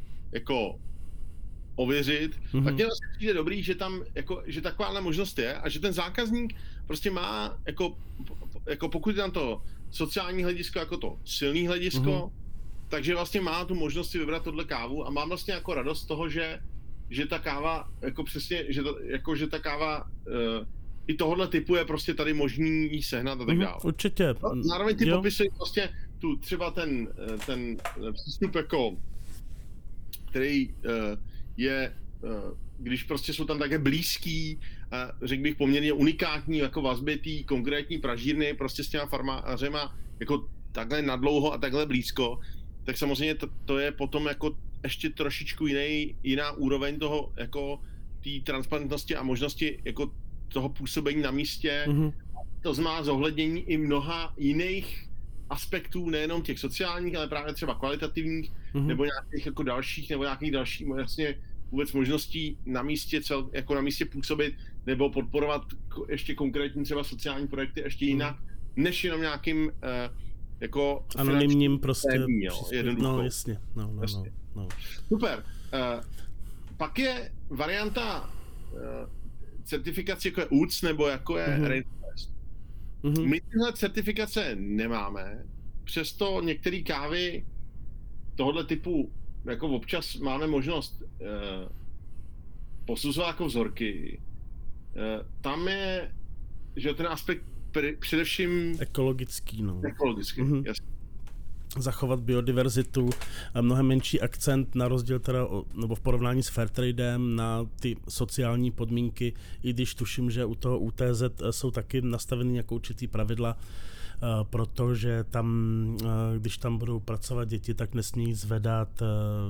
jako ověřit, mm-hmm. tak mě vlastně přijde dobrý, že tam jako, že takováhle možnost je a že ten zákazník prostě má jako, jako pokud je tam to sociální hledisko jako to silný hledisko, mm-hmm. takže vlastně má tu možnost si vybrat tohle kávu a mám vlastně jako radost z toho, že, že ta káva jako přesně, že, to, jako, že ta káva uh, i tohohle typu je prostě tady možný jí sehnat a tak dále. Mm-hmm, určitě. Zároveň ty popisují prostě tu třeba ten, ten přístup jako který uh, je, uh, když prostě jsou tam také blízký, uh, řekl bych poměrně unikátní jako vazby té konkrétní pražírny prostě s těma farmářema jako takhle nadlouho a takhle blízko, tak samozřejmě to, to je potom jako ještě trošičku jiný, jiná úroveň toho jako té transparentnosti a možnosti jako toho působení na místě. Mm-hmm. To znamená zohlednění i mnoha jiných aspektů, nejenom těch sociálních, ale právě třeba kvalitativních, mm-hmm. nebo nějakých jako dalších, nebo nějakých dalších vlastně vůbec možností na místě cel, jako na místě působit, nebo podporovat ještě konkrétní třeba sociální projekty ještě jinak, mm-hmm. než jenom nějakým uh, jako anonymním prostě témí, jo, no jasně, no, no, jasně. no, no. Super. Uh, pak je varianta uh, certifikace jako je U C nebo jako je Mm-hmm. Rainforest. Mm-hmm. My tyhle certifikace nemáme, přesto některé kávy tohoto typu jako občas máme možnost uh, posuzovat jako vzorky. Uh, tam je, že ten aspekt pr- především ekologický, no. Ekologický, mm-hmm. jasně. Zachovat biodiverzitu, mnohem menší akcent na rozdíl teda, nebo v porovnání s Fairtradem na ty sociální podmínky, i když tuším, že u toho U T Z jsou taky nastaveny jako určitý pravidla, protože tam, když tam budou pracovat děti, tak nesmí zvedat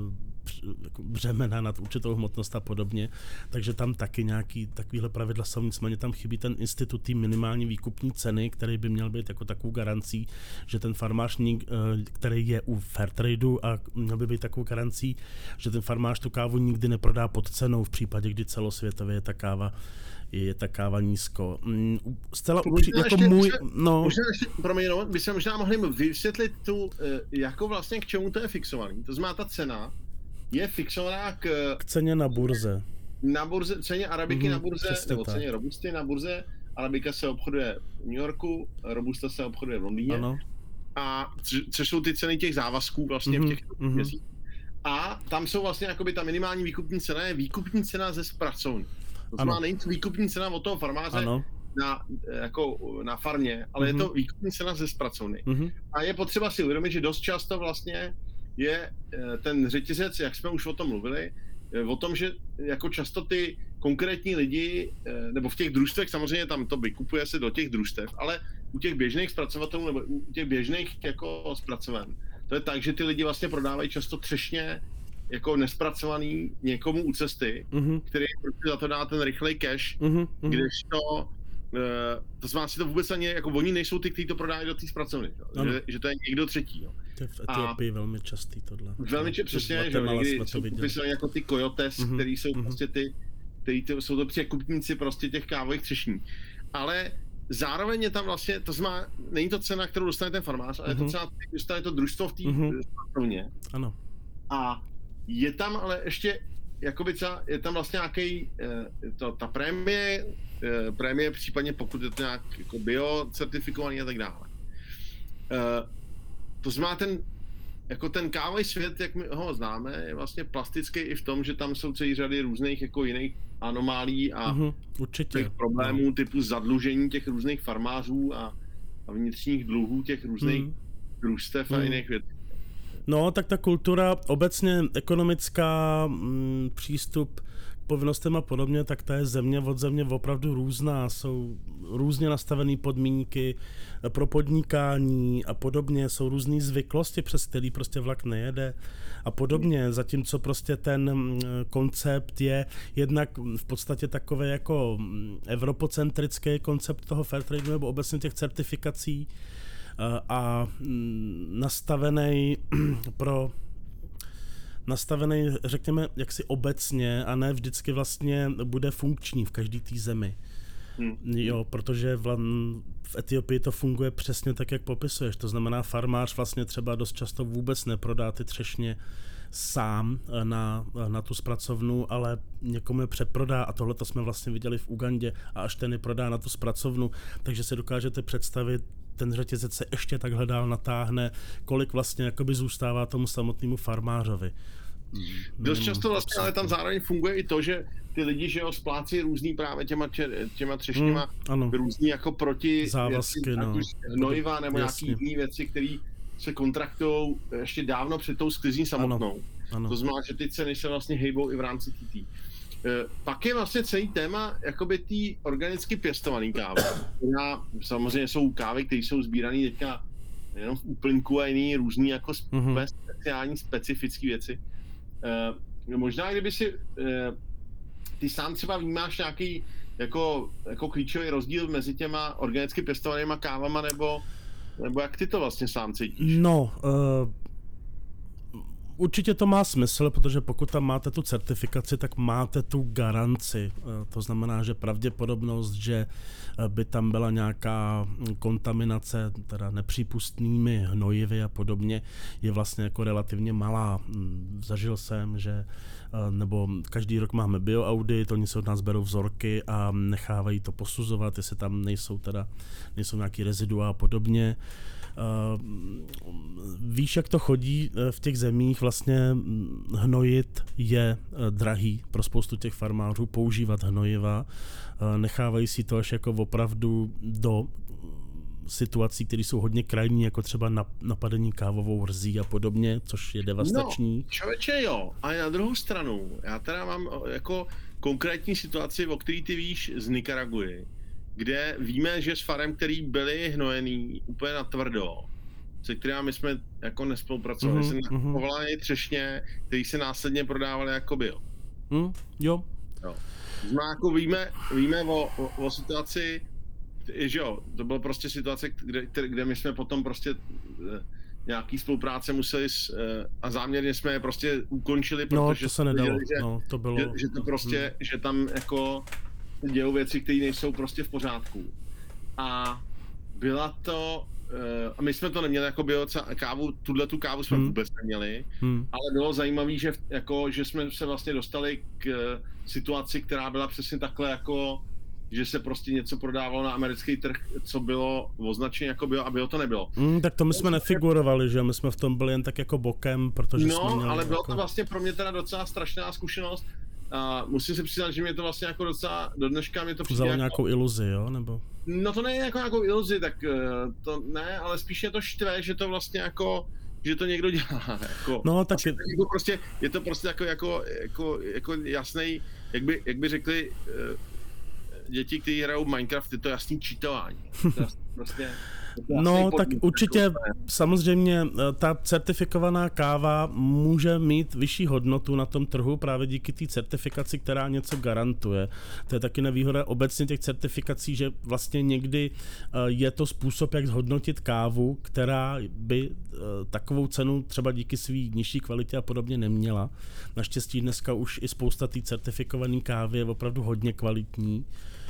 břemena nad určitou hmotnost a podobně, takže tam taky nějaký takovýhle pravidla jsou, nicméně tam chybí ten institut té minimální výkupní ceny, který by měl být jako takovou garancí, že ten farmář, který je u Fairtradu a měl by být takovou garancí, že ten farmář tu kávu nikdy neprodá pod cenou v případě, kdy celosvětově je ta káva je ta káva nízko. Zcela upří, jako ještě, můj, ještě, no... Možná ještě, promiň, no, by se možná mohli vysvětlit tu, jako vlastně k čemu to je fixovaný. To znamená, ta cena je fixovaná k... K ceně na burze. Na burze, ceně arabiky mm-hmm, na burze, nebo tak. ceně robusty na burze. Arabika se obchoduje v New Yorku, robusta se obchoduje v Londýně. Ano. A což jsou ty ceny těch závazků vlastně mm-hmm, v těch mm-hmm. měsících. A tam jsou vlastně jakoby ta minimální výkupní cena je výkupní cena ze zpracovny. To znamená, není to výkupní cena od toho farmáře na, jako na farmě, ale mm-hmm. je to výkupní cena ze zpracovny. Mm-hmm. A je potřeba si uvědomit, že dost často vlastně je ten řetězec, jak jsme už o tom mluvili, o tom, že jako často ty konkrétní lidi, nebo v těch družstvech, samozřejmě tam to vykupuje se do těch družstev, ale u těch běžných zpracovatelů nebo u těch běžných jako zpracoven, to je tak, že ty lidi vlastně prodávají často třešně jako nespracovaný někomu u cesty, mm-hmm. který prostě za to dá ten rychlej cash, mm-hmm. když to, e, to znamená si to vůbec ani, jako oni nejsou ty, kteří to prodávají do té zpracovny, že, že to je někdo třetí. Jo. To je v Etiopii velmi častý tohle. Velmi častý, přesně, že někdy jsou popisovaní jako ty coyotes, mm-hmm. který jsou mm-hmm. prostě ty, který ty, jsou to překupníci prostě těch kávových třešní. Ale zároveň je tam vlastně, to znamená, není to cena, kterou dostane ten farmář, ale mm-hmm. je to cena, kterou dostane to družstvo v té mm-hmm. zpracovně. Ano. A je tam ale ještě, jakoby třeba, je tam vlastně nějaký, to, ta prémie, prémie případně pokud je to nějak jako bio certifikovaný a tak dále. To znamená ten, jako ten kávový svět, jak my ho známe, je vlastně plastický i v tom, že tam jsou celý řady různých jako jiných anomálí a mm-hmm, určitě. problémů no. typu zadlužení těch různých farmářů a, a vnitřních dluhů těch různých mm. družstev mm. a jiných věcí. No, tak ta kultura, obecně ekonomická m, přístup k povinnostem a podobně, tak ta je země od země opravdu různá. Jsou různě nastavené podmínky pro podnikání a podobně. Jsou různé zvyklosti, přes který prostě vlak nejede a podobně. Zatímco prostě ten koncept je jednak v podstatě takový jako evropocentrický koncept toho Fairtrade nebo obecně těch certifikací, a nastavený pro nastavený, řekněme, jaksi obecně a ne vždycky vlastně bude funkční v každé té zemi. Hmm. Jo, protože v, v Etiopii to funguje přesně tak, jak popisuješ. To znamená, farmář vlastně třeba dost často vůbec neprodá ty třešně sám na, na tu zpracovnu, ale někomu je přeprodá a tohle to jsme vlastně viděli v Ugandě a až ten je prodá na tu zpracovnu, takže si dokážete představit, ten řetězec se ještě takhle dál natáhne, kolik vlastně jakoby zůstává tomu samotnému farmářovi. Dost často vlastně, ale tam zároveň funguje i to, že ty lidi, že jo, splácí různý právě těma, těma třešněma, mm, různý jako proti závazky, věci, no. hnojiva nebo jasně. Nějaký jiný věci, které se kontraktujou ještě dávno před tou sklizní samotnou. Ano, ano. To znamená, že ty ceny se vlastně hejbou i v rámci T T. Pak je vlastně celý téma jakoby tý organicky pěstovaný kávy. Samozřejmě jsou kávy, které jsou sbírané teďka jenom v úplňku a jiný různý jako mm-hmm. speciální, specifické věci. E, možná kdyby si e, ty sám třeba vnímáš nějaký jako, jako klíčový rozdíl mezi těma organicky pěstovanýma kávama, nebo, nebo jak ty to vlastně sám cítíš? No, uh... určitě to má smysl, protože pokud tam máte tu certifikaci, tak máte tu garanci. To znamená, že pravděpodobnost, že by tam byla nějaká kontaminace, teda nepřípustnými hnojivy a podobně, je vlastně jako relativně malá. Zažil jsem, že nebo každý rok máme bioaudit, oni se od nás berou vzorky a nechávají to posuzovat, jestli tam nejsou teda nejsou nějaký rezidua a podobně. Uh, víš, jak to chodí v těch zemích, vlastně hnojit je drahý pro spoustu těch farmářů, používat hnojiva, uh, nechávají si to až jako opravdu do situací, které jsou hodně krajní, jako třeba napadení kávovou rzí a podobně, což je devastační. No, člověče jo, ale na druhou stranu, já teda mám jako konkrétní situaci, o který ty víš z Nikaraguji, kde víme, že s farem, který byly hnojený úplně natvrdo, se kterými my jsme jako nespolupracovali, mm-hmm, se nakupovali třešně, který se následně prodávali jako bio. Mm, jo. jo. Jako víme, víme o, o, o situaci, že jo, to byla prostě situace, kde, kde my jsme potom prostě nějaký spolupráce museli s, a záměrně jsme je prostě ukončili, protože no, to se nedalo. Viděli, že, no, to bylo... že, že to prostě, hmm. že tam jako dějou věci, které nejsou prostě v pořádku. A byla to, a my jsme to neměli jako bio kávu, tuhle tu kávu jsme hmm. vůbec neměli, hmm. ale bylo zajímavé, že, jako, že jsme se vlastně dostali k situaci, která byla přesně takhle jako, že se prostě něco prodávalo na americký trh, co bylo označené jako bio a bio to nebylo. Mm, tak to my jsme nefigurovali, že my jsme v tom byli jen tak jako bokem, protože no, jsme měli ale bylo jako... to vlastně pro mě teda docela strašná zkušenost. A musím se přiznat, že mě to vlastně jako docela, do dneška mě to přijde vzalo jako... nějakou iluzi, jo, nebo? No to není jako nějakou iluzi, tak to ne, ale spíš je to štve, že to vlastně jako, že to někdo dělá, jako... No, tak je... Jako prostě, je to prostě jako, jako, jako, jako jasnej, jak by, jak by řekli děti, kteří hrajou Minecraft, je to jasný cheatování. To je prostě... No, tak určitě samozřejmě ta certifikovaná káva může mít vyšší hodnotu na tom trhu právě díky té certifikaci, která něco garantuje. To je taky nevýhoda obecně těch certifikací, že vlastně někdy je to způsob, jak zhodnotit kávu, která by takovou cenu třeba díky své nižší kvalitě a podobně neměla. Naštěstí dneska už i spousta té certifikované kávy je opravdu hodně kvalitní.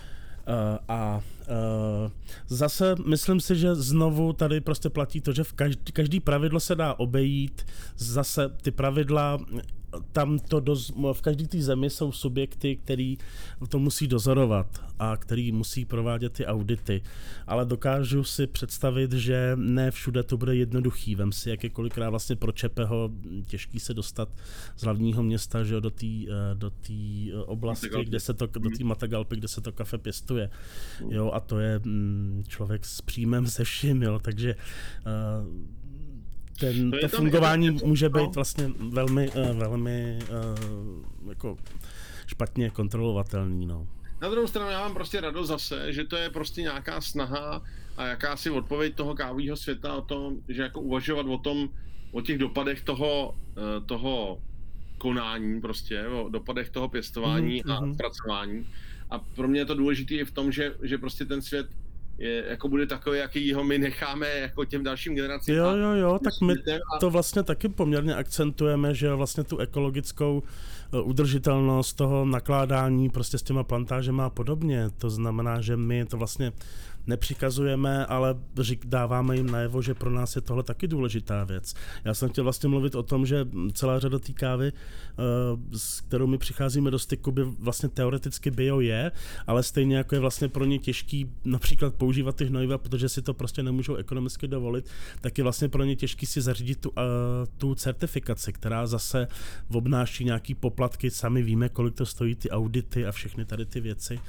Uh, a uh, zase myslím si, že znovu tady prostě platí to, že v každý, každý pravidlo se dá obejít, zase ty pravidla, tam to doz, v každé té zemi jsou subjekty, který to musí dozorovat a který musí provádět ty audity, ale dokážu si představit, že ne všude to bude jednoduchý. Vem si, jak je kolikrát vlastně pro Čepeho těžký se dostat z hlavního města, že do té do té oblasti, kde se to, do té Matagalpy, kde se to kafe pěstuje. Jo, a to je mm, člověk s příjmem se vším, jo, takže uh, ten, to, to fungování je, může být vlastně velmi, velmi uh, jako špatně kontrolovatelný, no. Na druhou stranu já mám prostě radost zase, že to je prostě nějaká snaha a jakási odpověď toho kávového světa o tom, že jako uvažovat o tom, o těch dopadech toho, toho konání prostě, o dopadech toho pěstování mm-hmm. a zpracování. A pro mě je to důležité i v tom, že, že prostě ten svět je, jako bude takový, jaký ho my necháme jako těm dalším generacím. Jo, jo, jo, tak my to vlastně taky poměrně akcentujeme, že vlastně tu ekologickou udržitelnost toho nakládání prostě s těma plantážema a podobně. To znamená, že my to vlastně nepřikazujeme, ale dáváme jim najevo, že pro nás je tohle taky důležitá věc. Já jsem chtěl vlastně mluvit o tom, že celá řada té kávy, s kterou my přicházíme do styku, by vlastně teoreticky bio je, ale stejně jako je vlastně pro ně těžký například používat ty hnojiva, protože si to prostě nemůžou ekonomicky dovolit, tak je vlastně pro ně těžký si zařídit tu, tu certifikaci, která zase obnáší nějaký poplatky, sami víme, kolik to stojí, ty audity a všechny tady ty věci.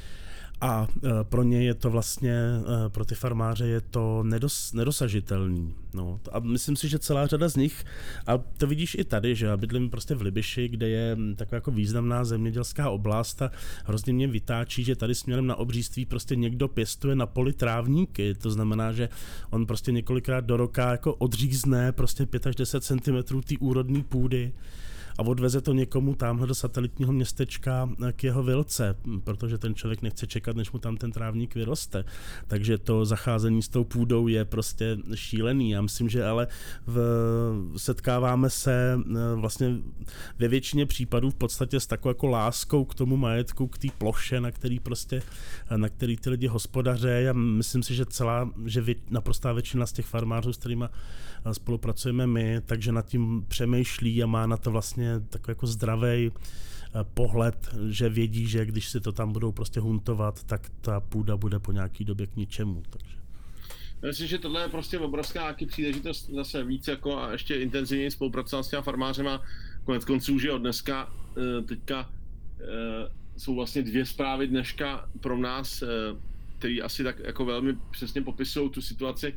A pro ně je to vlastně, pro ty farmáře je to nedos, nedosažitelný. No. A myslím si, že celá řada z nich, a to vidíš i tady, že já bydlím prostě v Libyši, kde je taková jako významná zemědělská oblast a hrozně mě vytáčí, že tady směrem na Obříství prostě někdo pěstuje na poli trávníky. To znamená, že on prostě několikrát do roka jako odřízne prostě pět až deset centimetrů té úrodné půdy a odveze to někomu tamhle do satelitního městečka k jeho vilce, protože ten člověk nechce čekat, než mu tam ten trávník vyroste. Takže to zacházení s tou půdou je prostě šílený. Já myslím, že ale v, setkáváme se vlastně ve většině případů v podstatě s takovou jako láskou k tomu majetku, k té ploše, na který prostě, na který ty lidi hospodařejí. A myslím si, že celá, že vě, naprostá většina z těch farmářů, s kterými spolupracujeme my, takže nad tím přemýšlí a má na to vlastně takový jako zdravý pohled, že vědí, že když si to tam budou prostě huntovat, tak ta půda bude po nějaký době k ničemu. Takže. Myslím, že tohle je prostě obrovská nějaký příležitost zase víc jako a ještě intenzivněji spolupracovat s těma farmářema. Konec konců, že od dneska teďka jsou vlastně dvě zprávy dneška pro nás, které asi tak jako velmi přesně popisují tu situaci,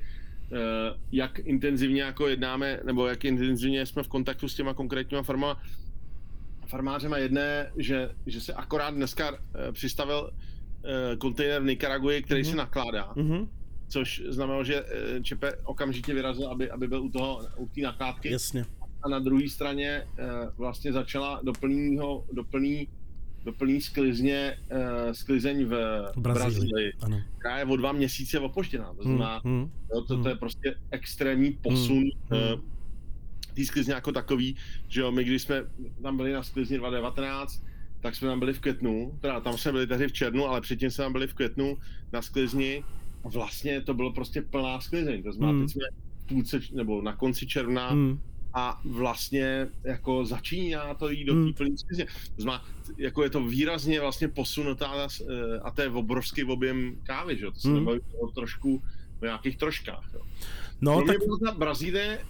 jak intenzivně jako jednáme, nebo jak intenzivně jsme v kontaktu s těma konkrétníma farmama. Farmářema jedné, že, že se akorát dneska přistavil kontejner v Nikaraguji, který mm-hmm. se nakládá. Mm-hmm. Což znamenalo, že Čepe okamžitě vyrazil, aby, aby byl u toho, u té nakládky. Jasně. A na druhé straně vlastně začala do plnýho, do plný, do plný sklizně, sklizeň v Brazílii, která je o dva měsíce opožděná. To znamená, hmm, hmm, jo, to, to je prostě extrémní posun hmm, té sklizně jako takový, že jo, my když jsme tam byli na sklizni dva tisíce devatenáct, tak jsme tam byli v květnu, teda tam jsme byli tehdy v červnu, ale předtím jsme tam byli v květnu na sklizni. Vlastně to bylo prostě plná sklizeň, to znamená, hmm. teď jsme v půlce, nebo na konci června hmm. a vlastně jako začíná to jít do té hmm. plné sklizeně. To znamená, jako je to výrazně vlastně posunutá a to je obrovský objem kávy, že jo, to se hmm. nebaví o trošku, o nějakých troškách, jo. No, pro mě tak... byla ta Brazílie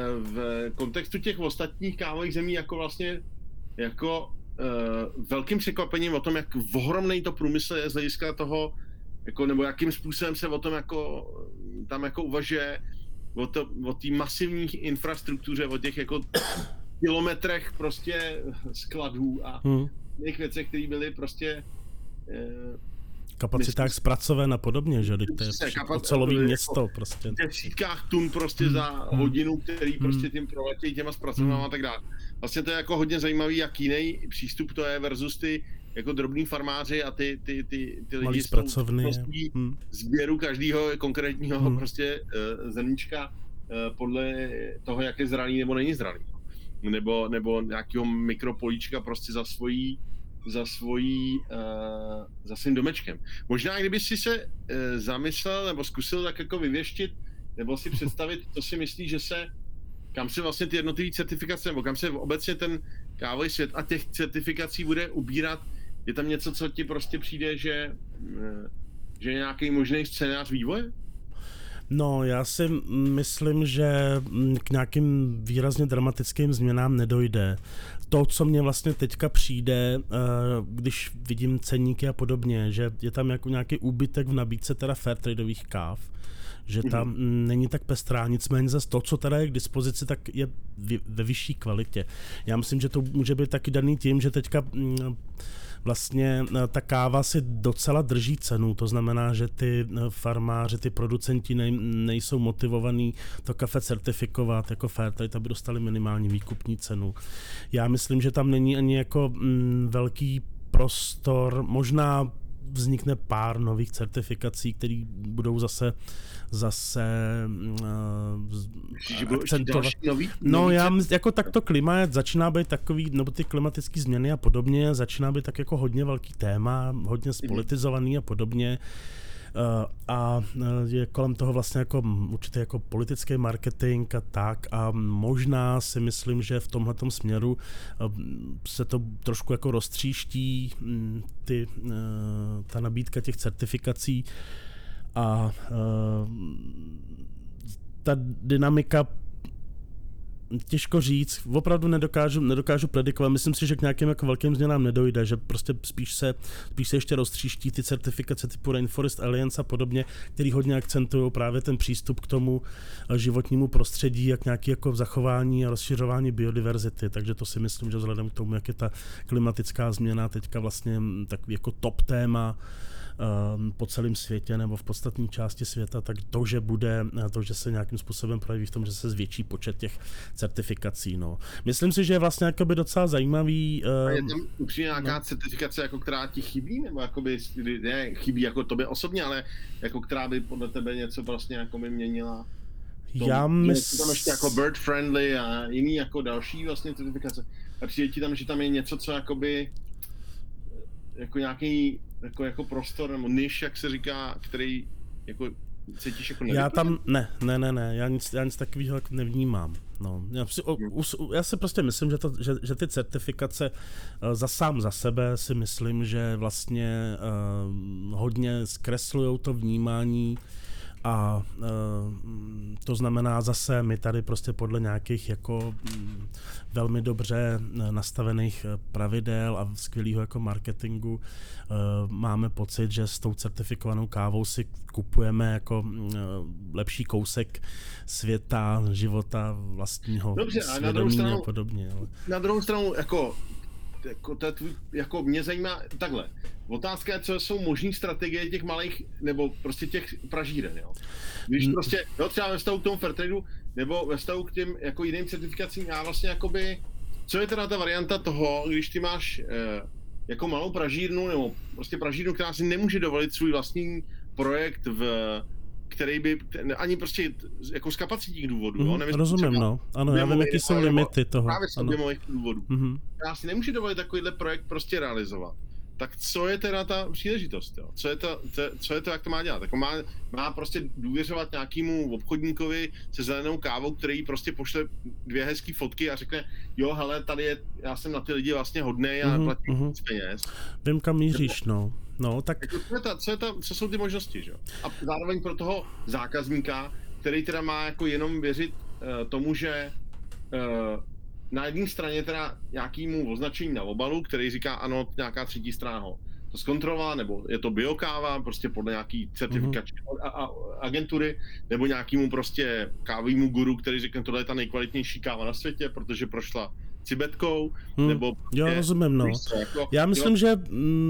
v kontextu těch ostatních kávových zemí jako vlastně, jako uh, velkým překvapením o tom, jak ohromnej to průmysl je z hlediska toho, jako, nebo jakým způsobem se o tom jako, tam jako uvažuje o, to, o té masivní infrastruktuře, o těch jako kilometrech prostě skladů a hmm. těch věcech, které byly prostě eh, kapacitách myslím, zpracoven a podobně, že? To je ocelový město jako prostě. V desítkách tun prostě hmm. za hmm. hodinu, který hmm. prostě tím proletějí těma zpracovanými hmm. a tak dále. Vlastně to je jako hodně zajímavý, jak jiný přístup to je versus ty jako drobní farmáři a ty, ty, ty, ty lidi z hmm. sběru každého konkrétního hmm. prostě uh, zrníčka uh, podle toho, jak je zralý nebo není zralý. Nebo, nebo nějakého mikropolíčka prostě za svojí za svojí, uh, za svým domečkem. Možná kdyby si se uh, zamyslel nebo zkusil tak jako vyvěštit nebo si představit, co si myslí, že se, kam se vlastně ty jednotlivé certifikace nebo kam se obecně ten kávový svět a těch certifikací bude ubírat. Je tam něco, co ti prostě přijde, že, že je nějaký možný scénář vývoje? No, já si myslím, že k nějakým výrazně dramatickým změnám nedojde. To, co mně vlastně teďka přijde, když vidím ceníky a podobně, že je tam jako nějaký úbytek v nabídce teda fairtradeových káv, že tam mm-hmm. není tak pestrá, nicméně zase to, co teda je k dispozici, tak je ve vyšší kvalitě. Já myslím, že to může být taky daný tím, že teďka vlastně ta káva si docela drží cenu, to znamená, že ty farmáři, ty producenti nej, nejsou motivovaní to kafe certifikovat jako Fairtrade, aby dostali minimální výkupní cenu. Já myslím, že tam není ani jako mm, velký prostor, možná vznikne pár nových certifikací, které budou zase zase uh, akcentovat. Nový, no nový já jako tak to klima je, začíná být takový, nebo ty klimatické změny a podobně, začíná být tak jako hodně velký téma, hodně spolitizovaný a podobně. Uh, a je kolem toho vlastně jako určitě jako politický marketing a tak a možná si myslím, že v tomhletom směru uh, se to trošku jako roztříští ty, uh, ta nabídka těch certifikací a uh, ta dynamika těžko říct, opravdu nedokážu, nedokážu predikovat, myslím si, že k nějakým jako velkým změnám nedojde, že prostě spíš se, spíš se ještě roztříští ty certifikace typu Rainforest Alliance a podobně, který hodně akcentují právě ten přístup k tomu životnímu prostředí, jak nějaký jako zachování a rozšiřování biodiverzity, takže to si myslím, že vzhledem k tomu, jak je ta klimatická změna teďka vlastně takový jako top téma po celém světě nebo v podstatné části světa, tak to, že bude, to, že se nějakým způsobem projeví v tom, že se zvětší počet těch certifikací. No. Myslím si, že je vlastně jakoby docela zajímavý. A je tam upřímně nějaká no. certifikace, jako která ti chybí, nebo jakoby, ne chybí jako tobě osobně, ale jako která by podle tebe něco vlastně jako by měnila? To, Já myslím... Tam ještě jako bird friendly a jiný jako další vlastně certifikace. A přijde ti tam, že tam je něco, co jakoby jako nějaký jako, jako prostor nebo niž, jak se říká, který jako cítíš jako nevyplněn? Já tam, ne, ne, ne, ne, já nic, já nic takového jako nevnímám. No, já, si, o, u, já si prostě myslím, že, to, že, že ty certifikace uh, za sám za sebe si myslím, že vlastně uh, hodně zkreslujou to vnímání. A e, to znamená zase, my tady prostě podle nějakých jako m, velmi dobře nastavených pravidel a skvělého jako marketingu e, máme pocit, že s tou certifikovanou kávou si kupujeme jako e, lepší kousek světa, života, vlastního Dobře, a na druhou stranu, a podobně. Ale... Na druhou stranu, jako, jako, to tvůj, jako mě zajímá takhle. Otázka je, co jsou možný strategie těch malých, nebo prostě těch pražíren, jo. Když prostě, jo, třeba ve vztahu k tomu Fairtradeu, nebo ve vztahu k těm jako jiným certifikacím, já vlastně jakoby, co je teda ta varianta toho, když ty máš eh, jako malou pražírnu, nebo prostě pražírnu, která si nemůže dovolit svůj vlastní projekt, v, který by, ani prostě jako z kapacitních důvodů, mm, jo. Nevím, rozumím, třeba, no. Ano, já vím, jaký jsou limity toho. Právě z objemových důvodů. Mm-hmm. Já si nemůže dovolit takovýhle projekt prostě realizovat. Tak co je teda ta příležitost, jo? Co je to, to, co je to, jak to má dělat? Tak má, má prostě důvěřovat nějakému obchodníkovi se zelenou kávou, který prostě pošle dvě hezký fotky a řekne, jo, hele, tady je, já jsem na ty lidi vlastně hodnej a mm-hmm, platím mm-hmm. peněz. Vím, kam míříš, no. No, tak... Jako, co, je ta, co, je ta, co jsou ty možnosti, že jo? A zároveň pro toho zákazníka, který teda má jako jenom věřit uh, tomu, že uh, na jedné straně teda nějakému označení na obalu, který říká, ano, nějaká třetí strana ho to zkontrolovala, nebo je to biokáva, prostě podle nějaký certifikační mm-hmm. agentury, nebo nějakému prostě kávému guru, který řekne, tohle je ta nejkvalitnější káva na světě, protože prošla cibetkou, hmm. nebo... Jo, je, rozumím, no. Jako, Já myslím, jo? že...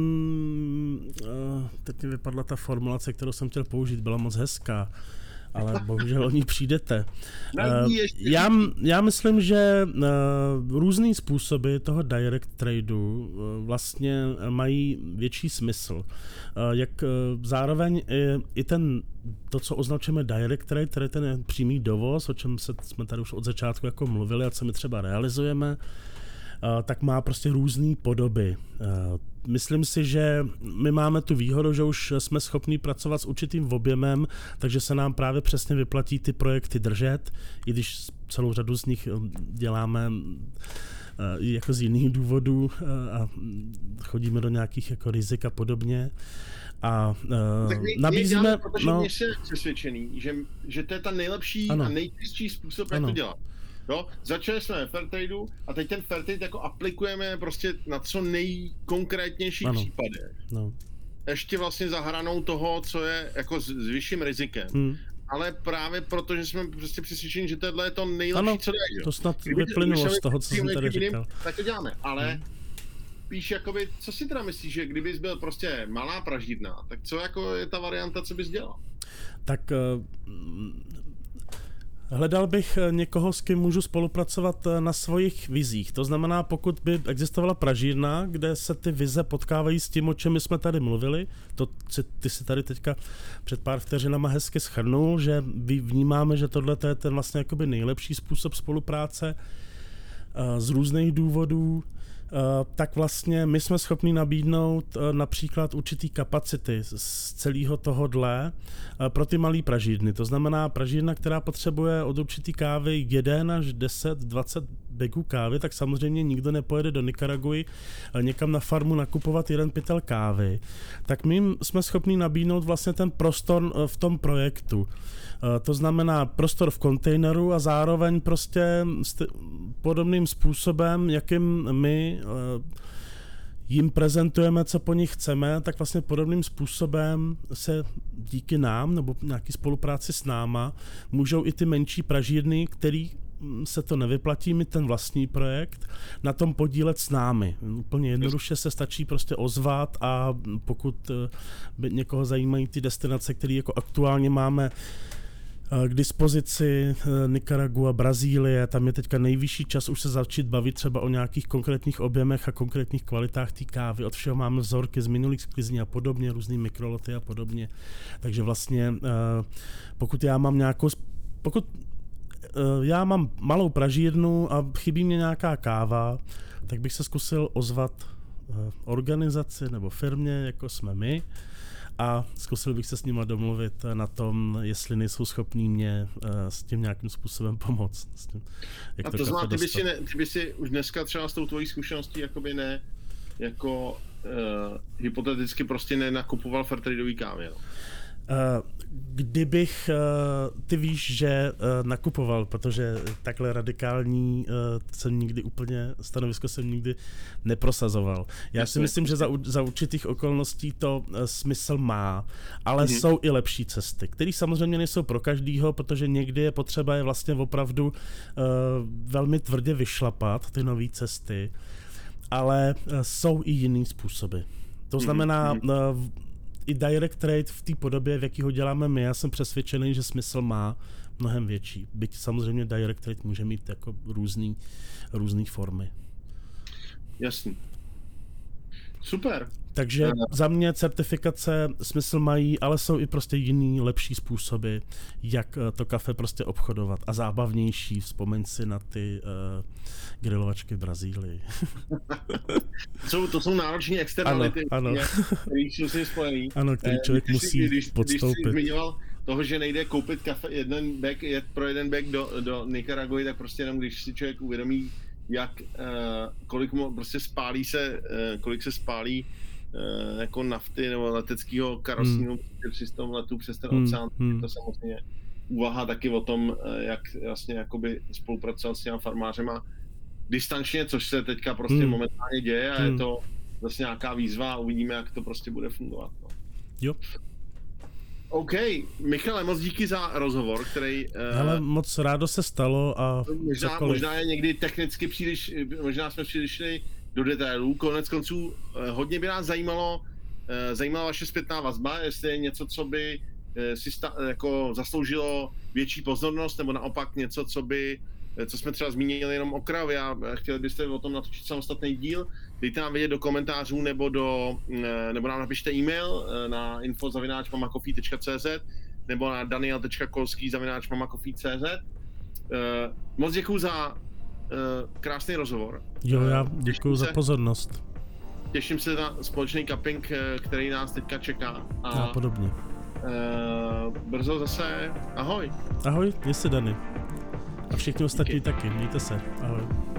Mm, teď mi vypadla ta formulace, kterou jsem chtěl použít, byla moc hezká. Ale bohužel o ní přijdete. Uh, já, já myslím, že uh, různý způsoby toho direct tradeu uh, vlastně mají větší smysl. Uh, jak uh, zároveň i, i ten, to, co označujeme direct trade, tedy ten přímý dovoz, o čem se, jsme tady už od začátku jako mluvili a co my třeba realizujeme, Uh, tak má prostě různé podoby. Uh, myslím si, že my máme tu výhodu, že už jsme schopni pracovat s určitým objemem, takže se nám právě přesně vyplatí ty projekty držet, i když celou řadu z nich děláme uh, jako z jiných důvodů uh, a chodíme do nějakých jako rizik a podobně. A uh, tak my, nabízíme... Děláme, protože no, jsem přesvědčený, že, že to je ta nejlepší ano. a nejčistší způsob, jak ano. to dělat. Jo, začali jsme ve Fairtradeu a teď ten Fairtrade jako aplikujeme prostě na co nejkonkrétnějších ano. případech. No. Ještě vlastně za hranou toho, co je jako s, s vyšším rizikem. Hmm. Ale právě proto, že jsme prostě přesvědčeni, že tohle je to nejlepší, ano, co jde. To snad vyplynulo z toho, co jsem tady říkal. Tak to děláme, ale hmm. píš jakoby, co si teda myslíš, že kdybys byl prostě malá pražírna, tak co jako je ta varianta, co bys dělal? Tak... Uh, Hledal bych někoho, s kým můžu spolupracovat na svých vizích. To znamená, pokud by existovala pražírna, kde se ty vize potkávají s tím, o čem jsme tady mluvili, to ty si tady teďka před pár vteřinama hezky shrnul, že vnímáme, že tohle je ten vlastně jakoby nejlepší způsob spolupráce z různých důvodů, tak vlastně my jsme schopni nabídnout například určitý kapacity z celého tohodle pro ty malé pražírny. To znamená pražírna, která potřebuje od určitý kávy jeden až deset, dvacet bagů kávy, tak samozřejmě nikdo nepojede do Nikaraguji někam na farmu nakupovat jeden pytel kávy. Tak my jsme schopni nabídnout vlastně ten prostor v tom projektu. To znamená prostor v kontejneru a zároveň prostě podobným způsobem, jakým my jim prezentujeme, co po nich chceme, tak vlastně podobným způsobem se díky nám nebo nějaký spolupráci s náma můžou i ty menší pražírny, který se to nevyplatí mít ten vlastní projekt, na tom podílet s námi. Úplně jednoduše se stačí prostě ozvat a pokud by někoho zajímají ty destinace, které jako aktuálně máme k dispozici, Nikaragua, Brazílie, tam je teďka nejvyšší čas už se začít bavit třeba o nějakých konkrétních objemech a konkrétních kvalitách té kávy. Od všeho máme vzorky z minulých sklizní a podobně, různý mikroloty a podobně. Takže vlastně pokud já mám nějakou, pokud já mám malou pražírnu a chybí mě nějaká káva, tak bych se zkusil ozvat organizaci nebo firmě, jako jsme my, a zkusil bych se s nima domluvit na tom, jestli nejsou schopní mě s tím nějakým způsobem pomoct. S tím, jak a to, to znamená, ty by, si ne, ty by si už dneska třeba s tou tvojí zkušeností jakoby ne, jako uh, hypoteticky prostě nenakupoval Fairtradeový kávy, no? Kdybych, ty víš, že nakupoval, protože takhle radikální jsem nikdy úplně, stanovisko jsem nikdy neprosazoval. Já si myslím, že za, za určitých okolností to smysl má, ale mm-hmm. jsou i lepší cesty, které samozřejmě nejsou pro každýho, protože někdy je potřeba je vlastně opravdu velmi tvrdě vyšlapat, ty nové cesty, ale jsou i jiný způsoby. To znamená, mm-hmm. i direct trade v té podobě, v jaký ho děláme my, já jsem přesvědčený, že smysl má mnohem větší. Byť samozřejmě direct trade může mít jako různý, různý formy. Jasný. Super. Takže za mě certifikace smysl mají, ale jsou i prostě jiný, lepší způsoby, jak to kafe prostě obchodovat. A zábavnější, vzpomeň si na ty uh, grilovačky v Brazílii. to, to jsou nároční externality, které jsou si spojený. Ano, který člověk když musí si, když, podstoupit. Když jsi zmiňoval toho, že nejde koupit kafe, jeden bag, jet pro jeden bag do, do Nikaraguy, tak prostě jenom když si člověk uvědomí, jak, uh, kolik mu prostě spálí se, uh, kolik se spálí uh, jako nafty nebo leteckého karosínu hmm. při tom letu přes ten oceán, hmm. to samozřejmě úvaha taky o tom, uh, jak vlastně jakoby spolupracovat s těma farmářema distančně, což se teďka prostě hmm. momentálně děje a hmm. je to zase nějaká výzva a uvidíme, jak to prostě bude fungovat. No. Jo. OK, Michale, moc díky za rozhovor, který... Ale uh, moc rádo se stalo a možná, cokoliv. možná je někdy technicky příliš, možná jsme příliš šli do detailů, konec konců uh, hodně by nás zajímalo, uh, zajímala vaše zpětná vazba, jestli je něco, co by uh, si sta, jako zasloužilo větší pozornost, nebo naopak něco, co by, co jsme třeba zmínili jenom okrajově a chtěli byste o tom natočit samostatný díl, dejte nám vědět do komentářů nebo, do, nebo nám napište e-mail na info zavináč mama coffee tečka cz nebo na daniel tečka kolský zavináč mama coffee tečka cz. Moc děkuju za krásný rozhovor. Jo, já děkuju za pozornost. Těším se na společný cupping, který nás teďka čeká. A, a podobně. Brzo zase. Ahoj. Ahoj, měj se, Dany. A všichni ostatní taky, mějte se. Ahoj.